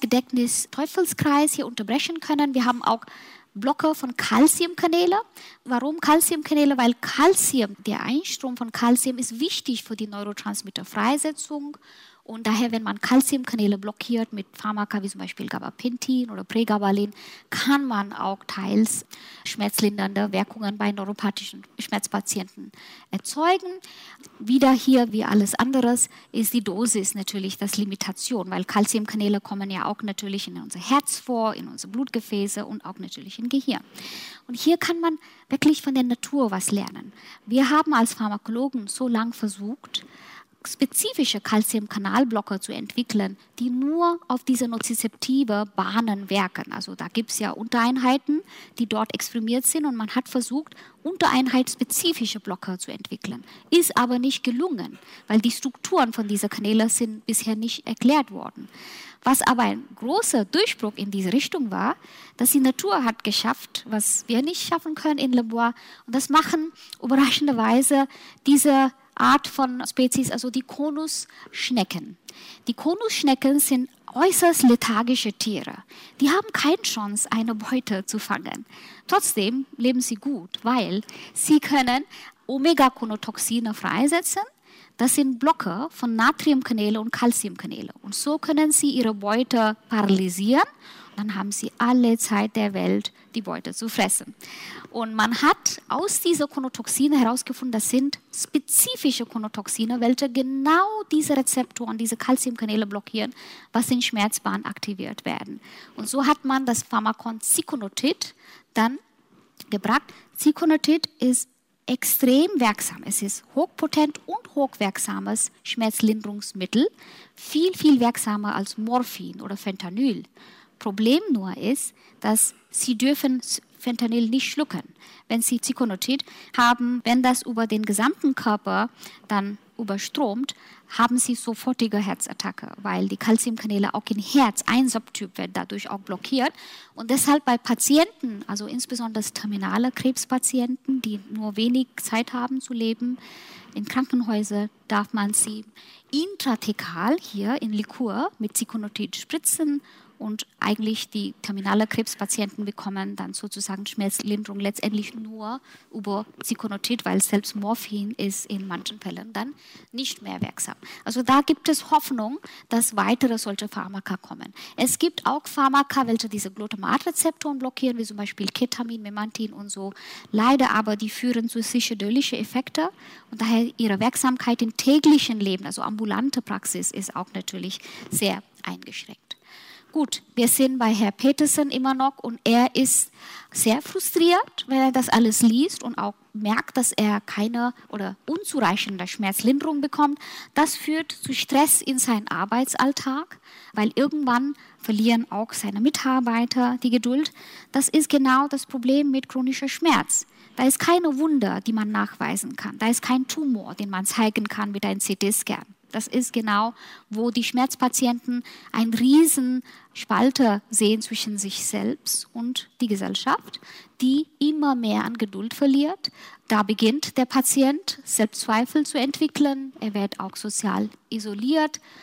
Schmerzgedächtnis-Teufelskreis hier unterbrechen können. Wir haben auch Blocker von Calciumkanäle. Warum Calciumkanäle? Weil Calcium, der Einstrom von Calcium ist wichtig für die Neurotransmitterfreisetzung. Und daher, wenn man Calciumkanäle blockiert mit Pharmaka wie zum Beispiel Gabapentin oder Pregabalin, kann man auch teils schmerzlindernde Wirkungen bei neuropathischen Schmerzpatienten erzeugen. Wieder hier, wie alles anderes, ist die Dosis natürlich das Limitation, weil Calciumkanäle kommen ja auch natürlich in unser Herz vor, in unsere Blutgefäße und auch natürlich im Gehirn. Und hier kann man wirklich von der Natur was lernen. Wir haben als Pharmakologen so lange versucht, spezifische Calciumkanalblocker zu entwickeln, die nur auf diese nozizeptive Bahnen wirken. Also da gibt es ja Untereinheiten, die dort exprimiert sind und man hat versucht, untereinheitsspezifische Blocker zu entwickeln. Ist aber nicht gelungen, weil die Strukturen von diesen Kanälen sind bisher nicht erklärt worden. Was aber ein großer Durchbruch in diese Richtung war, dass die Natur hat geschafft, was wir nicht schaffen können im Labor. Und das machen überraschenderweise diese Art von Spezies, also die Konusschnecken. Die Konusschnecken sind äußerst lethargische Tiere. Die haben keine Chance, eine Beute zu fangen. Trotzdem leben sie gut, weil sie können Omega-Konotoxine freisetzen. Das sind Blocker von Natriumkanäle und Calciumkanäle. Und so können sie ihre Beute paralysieren. Dann haben sie alle Zeit der Welt, die Beute zu fressen. Und man hat aus dieser Konotoxine herausgefunden, das sind spezifische Konotoxine, welche genau diese Rezeptoren, diese Calciumkanäle blockieren, was in Schmerzbahnen aktiviert werden. Und so hat man das Pharmakon Ziconotid dann gebracht. Ziconotid ist extrem wirksam. Es ist hochpotent und hochwirksames Schmerzlinderungsmittel, viel, viel wirksamer als Morphin oder Fentanyl. Problem nur ist, dass Sie dürfen Fentanyl nicht schlucken. Wenn Sie Ziconotid haben, wenn das über den gesamten Körper dann überstromt, haben Sie sofortige Herzattacke, weil die Calciumkanäle auch im Herz, ein Subtyp wird dadurch auch blockiert. Und deshalb bei Patienten, also insbesondere terminale Krebspatienten, die nur wenig Zeit haben zu leben, in Krankenhäusern darf man sie intrathekal hier in Liquor mit Ziconotid spritzen. Und eigentlich die terminale Krebspatienten bekommen dann sozusagen Schmerzlinderung letztendlich nur über Ziconotid, weil selbst Morphin ist in manchen Fällen dann nicht mehr wirksam. Also da gibt es Hoffnung, dass weitere solche Pharmaka kommen. Es gibt auch Pharmaka, welche diese Glutamatrezeptoren blockieren, wie zum Beispiel Ketamin, Memantin und so. Leider aber, die führen zu psychedelischen Effekten und daher ihre Wirksamkeit im täglichen Leben, also ambulante Praxis, ist auch natürlich sehr eingeschränkt. Gut, wir sind bei Herrn Peterson immer noch und er ist sehr frustriert, wenn er das alles liest und auch merkt, dass er keine oder unzureichende Schmerzlinderung bekommt. Das führt zu Stress in seinem Arbeitsalltag, weil irgendwann verlieren auch seine Mitarbeiter die Geduld. Das ist genau das Problem mit chronischer Schmerz. Da ist keine Wunder, die man nachweisen kann. Da ist kein Tumor, den man zeigen kann mit einem CT-Scan. Das ist genau, wo die Schmerzpatienten einen riesen Spalte sehen zwischen sich selbst und die Gesellschaft, die immer mehr an Geduld verliert. Da beginnt der Patient Selbstzweifel zu entwickeln. Er wird auch sozial isoliert,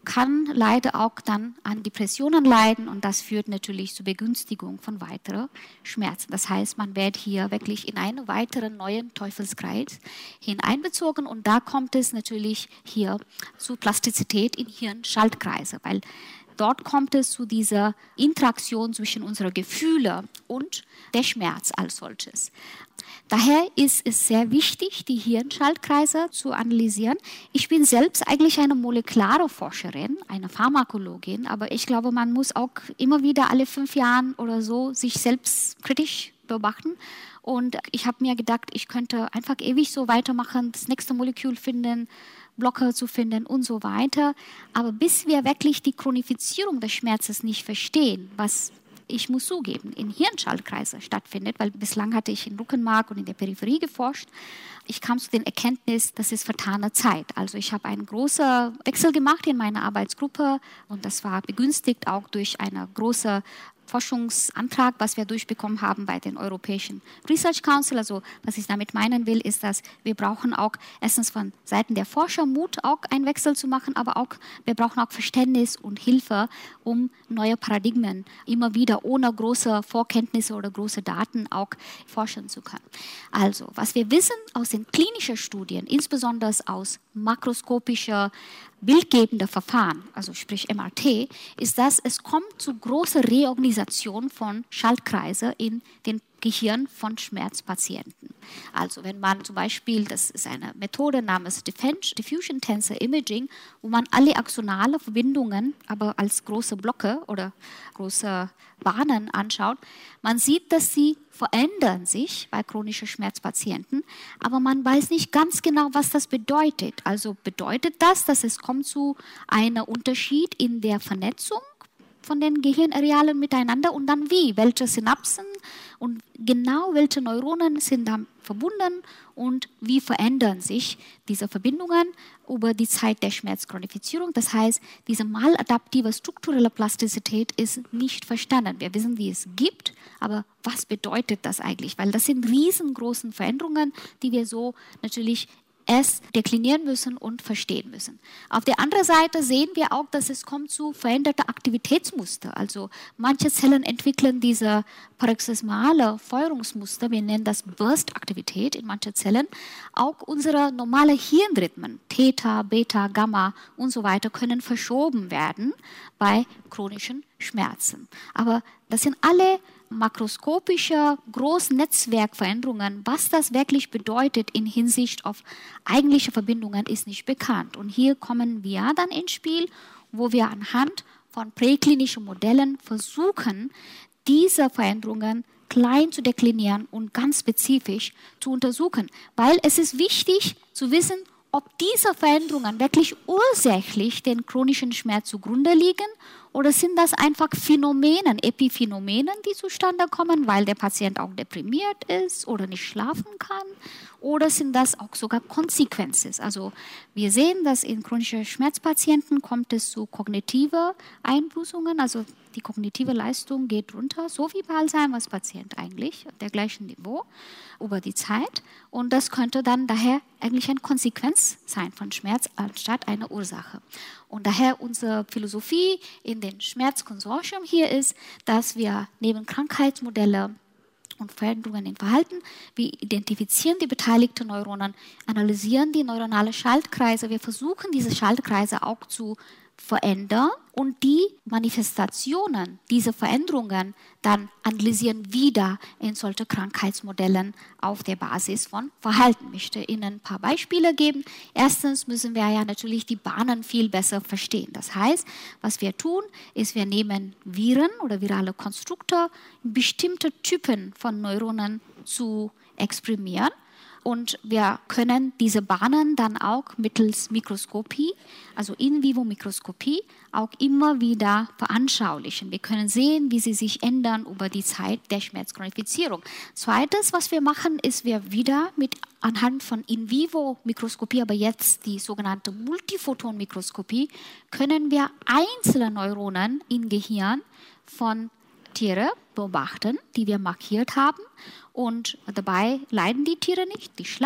kann leider auch dann an Depressionen leiden und das führt natürlich zur Begünstigung von weiteren Schmerzen. Das heißt, man wird hier wirklich in einen weiteren neuen Teufelskreis hineinbezogen und da kommt es natürlich hier zu Plastizität in Hirn-Schaltkreise, weil dort kommt es zu dieser Interaktion zwischen unseren Gefühlen und der Schmerz als solches. Daher ist es sehr wichtig, die Hirnschaltkreise zu analysieren. Ich bin selbst eigentlich eine molekulare Forscherin, eine Pharmakologin, aber ich glaube, man muss auch immer wieder alle 5 Jahre oder so sich selbst kritisch beobachten. Und ich habe mir gedacht, ich könnte einfach ewig so weitermachen, das nächste Molekül finden, Blocker zu finden und so weiter. Aber bis wir wirklich die Chronifizierung des Schmerzes nicht verstehen, was ich muss zugeben, in Hirnschaltkreise stattfindet, weil bislang hatte ich im Rückenmark und in der Peripherie geforscht. Ich kam zu den Erkenntnis, das ist vertane Zeit. Also ich habe einen großen Wechsel gemacht in meiner Arbeitsgruppe und das war begünstigt auch durch eine große Forschungsantrag, was wir durchbekommen haben bei den Europäischen Research Council. Also was ich damit meinen will, ist, dass wir brauchen auch erstens von Seiten der Forscher Mut, auch einen Wechsel zu machen, aber auch wir brauchen auch Verständnis und Hilfe, um neue Paradigmen immer wieder ohne große Vorkenntnisse oder große Daten auch forschen zu können. Also was wir wissen aus den klinischen Studien, insbesondere aus makroskopischer bildgebende Verfahren, also sprich MRT, ist, dass es kommt zu großer Reorganisation von Schaltkreisen in den Gehirn von Schmerzpatienten. Also wenn man zum Beispiel, das ist eine Methode namens Diffusion Tensor Imaging, wo man alle axonale Verbindungen aber als große Blöcke oder große Bahnen anschaut, man sieht, dass sie verändern sich bei chronischen Schmerzpatienten, aber man weiß nicht ganz genau, was das bedeutet. Also bedeutet das, dass es kommt zu einem Unterschied in der Vernetzung von den Gehirnarealen miteinander und dann wie? Welche Synapsen und genau welche Neuronen sind da verbunden und wie verändern sich diese Verbindungen über die Zeit der Schmerzchronifizierung. Das heißt, diese maladaptive strukturelle Plastizität ist nicht verstanden. Wir wissen, wie es gibt, aber was bedeutet das eigentlich? Weil das sind riesengroße Veränderungen, die wir so natürlich es deklinieren müssen und verstehen müssen. Auf der anderen Seite sehen wir auch, dass es kommt zu veränderten Aktivitätsmuster. Also manche Zellen entwickeln diese paroxysmale Feuerungsmuster, wir nennen das Burst-Aktivität in manchen Zellen. Auch unsere normale Hirnrhythmen, Theta, Beta, Gamma und so weiter, können verschoben werden bei chronischen Schmerzen. Aber das sind alle makroskopische Großnetzwerkveränderungen. Was das wirklich bedeutet in Hinsicht auf eigentliche Verbindungen, ist nicht bekannt. Und hier kommen wir dann ins Spiel, wo wir anhand von präklinischen Modellen versuchen, diese Veränderungen klein zu deklinieren und ganz spezifisch zu untersuchen. Weil es ist wichtig zu wissen, ob diese Veränderungen wirklich ursächlich den chronischen Schmerz zugrunde liegen oder sind das einfach Phänomene, Epiphänomene, die zustande kommen, weil der Patient auch deprimiert ist oder nicht schlafen kann? Oder sind das auch sogar Konsequenzen? Also wir sehen, dass in chronischen Schmerzpatienten kommt es zu kognitiven Einbußungen, also die kognitive Leistung geht runter, so wie bei Alzheimer's Patient eigentlich, auf der gleichen Niveau über die Zeit. Und das könnte dann daher eigentlich eine Konsequenz sein von Schmerz anstatt eine Ursache. Und daher unsere Philosophie in den Schmerzkonsortium hier ist, dass wir neben Krankheitsmodelle und Veränderungen im Verhalten, wir identifizieren die beteiligten Neuronen, analysieren die neuronalen Schaltkreise, wir versuchen diese Schaltkreise auch zu verändern und die Manifestationen dieser Veränderungen dann analysieren wieder in solche Krankheitsmodellen auf der Basis von Verhalten. Ich möchte Ihnen ein paar Beispiele geben. Erstens müssen wir ja natürlich die Bahnen viel besser verstehen. Das heißt, was wir tun, ist, wir nehmen Viren oder virale Konstrukte, bestimmte Typen von Neuronen zu exprimieren. Und wir können diese Bahnen dann auch mittels Mikroskopie, also In-vivo-Mikroskopie, auch immer wieder veranschaulichen. Wir können sehen, wie sie sich ändern über die Zeit der Schmerzchronifizierung. Zweites, was wir machen, ist, wir wieder anhand von In-vivo-Mikroskopie, aber jetzt die sogenannte Multiphoton-Mikroskopie, können wir einzelne Neuronen im Gehirn von Tiere beobachten, die wir markiert haben. Und dabei leiden die Tiere nicht, die schlafen,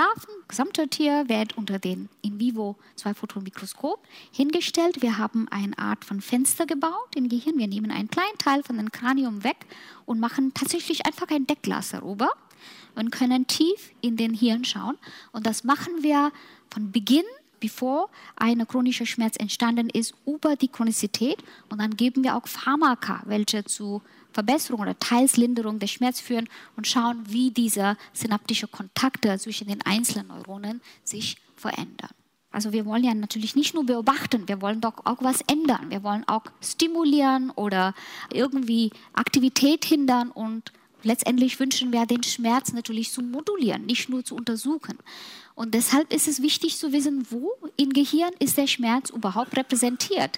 gesamte Tier wird unter den in vivo 2-Photon-Mikroskop hingestellt. Wir haben eine Art von Fenster gebaut im Gehirn. Wir nehmen einen kleinen Teil von dem Kranium weg und machen tatsächlich einfach ein Deckglas darüber und können tief in den Hirn schauen. Und das machen wir von Beginn, bevor ein chronischer Schmerz entstanden ist, über die Chronizität. Und dann geben wir auch Pharmaka, welche zu Verbesserung oder Teilslinderung des Schmerzes führen und schauen, wie diese synaptischen Kontakte zwischen den einzelnen Neuronen sich verändern. Also wir wollen ja natürlich nicht nur beobachten, wir wollen doch auch was ändern. Wir wollen auch stimulieren oder irgendwie Aktivität hindern und letztendlich wünschen wir, den Schmerz natürlich zu modulieren, nicht nur zu untersuchen. Und deshalb ist es wichtig zu wissen, wo im Gehirn ist der Schmerz überhaupt repräsentiert.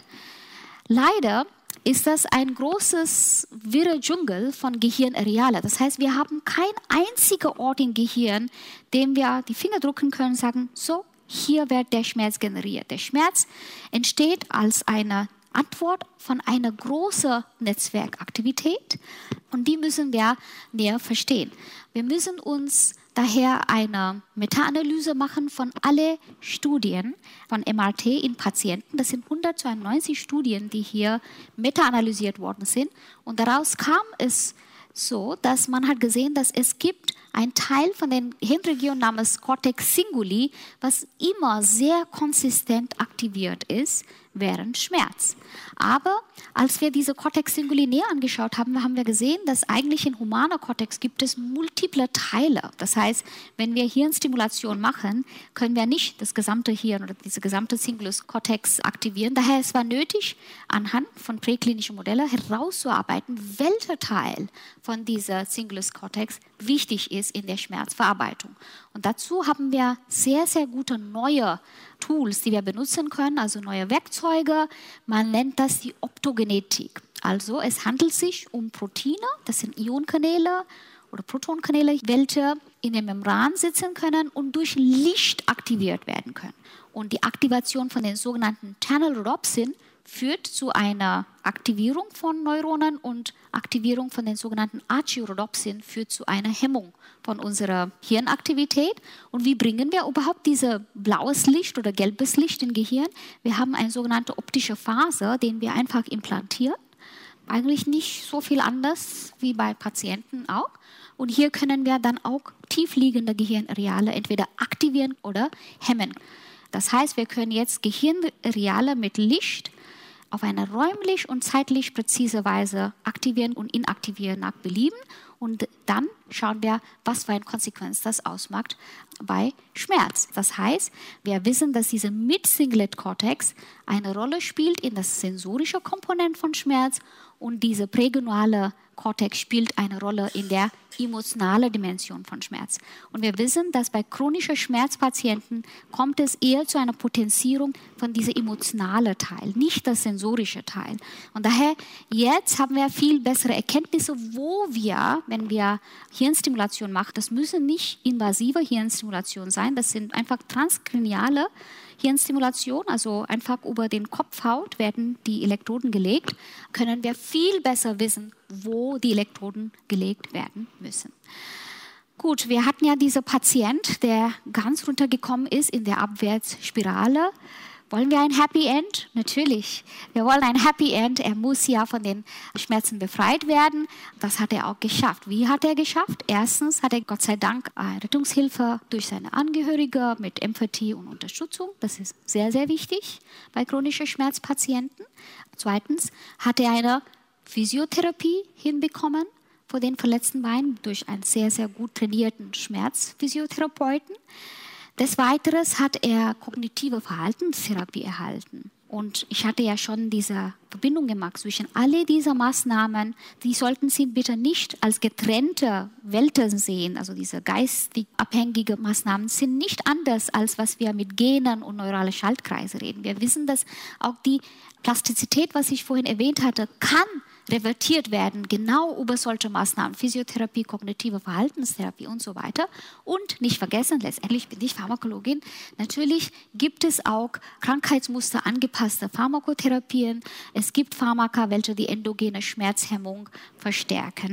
Leider ist das ein großes, wirrer Dschungel von Gehirnareale. Das heißt, wir haben keinen einzigen Ort im Gehirn, dem wir die Finger drücken können und sagen, so, hier wird der Schmerz generiert. Der Schmerz entsteht als eine Antwort von einer großen Netzwerkaktivität und die müssen wir näher verstehen. Wir müssen uns daher eine Meta-Analyse machen von allen Studien von MRT in Patienten. Das sind 192 Studien, die hier meta-analysiert worden sind. Und daraus kam es so, dass man hat gesehen, dass es gibt einen Teil von der Hirnregion namens Cortex Cinguli, was immer sehr konsistent aktiviert ist während Schmerz. Aber als wir diese Cortex Cinguli näher angeschaut haben, haben wir gesehen, dass eigentlich in humaner Cortex gibt es multiple Teile. Das heißt, wenn wir Hirnstimulation machen, können wir nicht das gesamte Hirn oder diese gesamte Cingulus Cortex aktivieren. Daher es war nötig, anhand von präklinischen Modellen herauszuarbeiten, welcher Teil von dieser Cingulus Cortex wichtig ist in der Schmerzverarbeitung. Und dazu haben wir sehr, sehr gute neue Tools, die wir benutzen können, also neue Werkzeuge. Man nennt das die Optogenetik. Also es handelt sich um Proteine, das sind Ionenkanäle oder Protonkanäle, welche in der Membran sitzen können und durch Licht aktiviert werden können. Und die Aktivation von den sogenannten Channelrhodopsin führt zu einer Aktivierung von Neuronen und Aktivierung von den sogenannten Archirhodopsin führt zu einer Hemmung von unserer Hirnaktivität. Und wie bringen wir überhaupt dieses blaues Licht oder gelbes Licht im Gehirn? Wir haben eine sogenannte optische Faser, den wir einfach implantieren. Eigentlich nicht so viel anders wie bei Patienten auch. Und hier können wir dann auch tiefliegende Gehirnareale entweder aktivieren oder hemmen. Das heißt, wir können jetzt Gehirnareale mit Licht auf eine räumlich und zeitlich präzise Weise aktivieren und inaktivieren nach Belieben. Und dann schauen wir, was für eine Konsequenz das ausmacht bei Schmerz. Das heißt, wir wissen, dass diese Mid-Cingulate-Cortex eine Rolle spielt in das sensorische Komponent von Schmerz und diese prägonale Cortex spielt eine Rolle in der emotionalen Dimension von Schmerz. Und wir wissen, dass bei chronischen Schmerzpatienten kommt es eher zu einer Potenzierung von diesem emotionalen Teil, nicht das sensorische Teil. Und daher, jetzt haben wir viel bessere Erkenntnisse, wo wir, wenn wir Hirnstimulation machen, das müssen nicht invasive Hirnstimulation sein, das sind einfach transkraniale Hirnstimulation, also einfach über den Kopfhaut werden die Elektroden gelegt, können wir viel besser wissen, wo die Elektroden gelegt werden müssen. Gut, wir hatten ja diesen Patient, der ganz runtergekommen ist in der Abwärtsspirale. Wollen wir ein Happy End? Natürlich. Wir wollen ein Happy End. Er muss ja von den Schmerzen befreit werden. Das hat er auch geschafft. Wie hat er geschafft? Erstens hat er Gott sei Dank Rettungshilfe durch seine Angehörige mit Empathie und Unterstützung. Das ist sehr, sehr wichtig bei chronischen Schmerzpatienten. Zweitens hat er eine Physiotherapie hinbekommen für den verletzten Bein durch einen sehr, sehr gut trainierten Schmerzphysiotherapeuten. Des Weiteren hat er kognitive Verhaltenstherapie erhalten. Und ich hatte ja schon diese Verbindung gemacht zwischen all diesen Maßnahmen. Die sollten Sie bitte nicht als getrennte Welten sehen. Also diese geistig abhängige Maßnahmen sind nicht anders, als was wir mit Genen und neurale Schaltkreise reden. Wir wissen, dass auch die Plastizität, was ich vorhin erwähnt hatte, kann revertiert werden, genau über solche Maßnahmen, Physiotherapie, kognitive Verhaltenstherapie und so weiter. Und nicht vergessen, letztendlich bin ich Pharmakologin, natürlich gibt es auch Krankheitsmuster angepasste Pharmakotherapien. Es gibt Pharmaka, welche die endogene Schmerzhemmung verstärken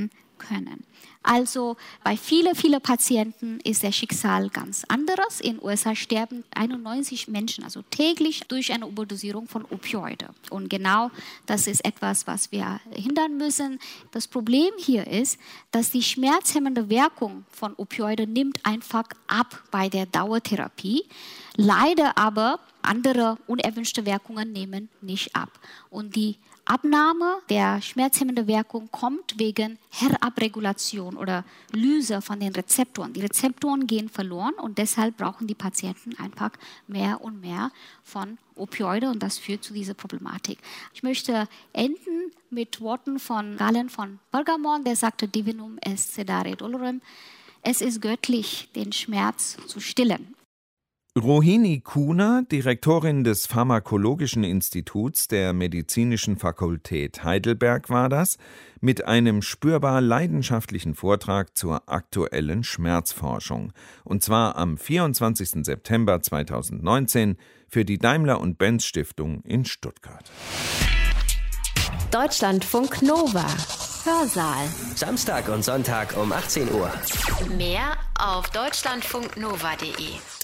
können. Also bei vielen Patienten ist das Schicksal ganz anderes. In den USA sterben 91 Menschen, also täglich, durch eine Überdosierung von Opioiden. Und genau das ist etwas, was wir hindern müssen. Das Problem hier ist, dass die schmerzhemmende Wirkung von Opioiden nimmt einfach ab bei der Dauertherapie. Leider aber andere unerwünschte Wirkungen nehmen nicht ab. Und die Abnahme der schmerzhemmenden Wirkung kommt wegen Herabregulation oder Lyse von den Rezeptoren. Die Rezeptoren gehen verloren und deshalb brauchen die Patienten einfach mehr und mehr von Opioide und das führt zu dieser Problematik. Ich möchte enden mit Worten von Galen von Pergamon, der sagte, Divinum est sedare dolorem. Es ist göttlich, den Schmerz zu stillen. Rohini Kuna, Direktorin des Pharmakologischen Instituts der Medizinischen Fakultät Heidelberg war das, mit einem spürbar leidenschaftlichen Vortrag zur aktuellen Schmerzforschung. Und zwar am 24. September 2019 für die Daimler-Benz-Stiftung in Stuttgart. Deutschlandfunk Nova. Hörsaal. Samstag und Sonntag um 18 Uhr. Mehr auf deutschlandfunknova.de.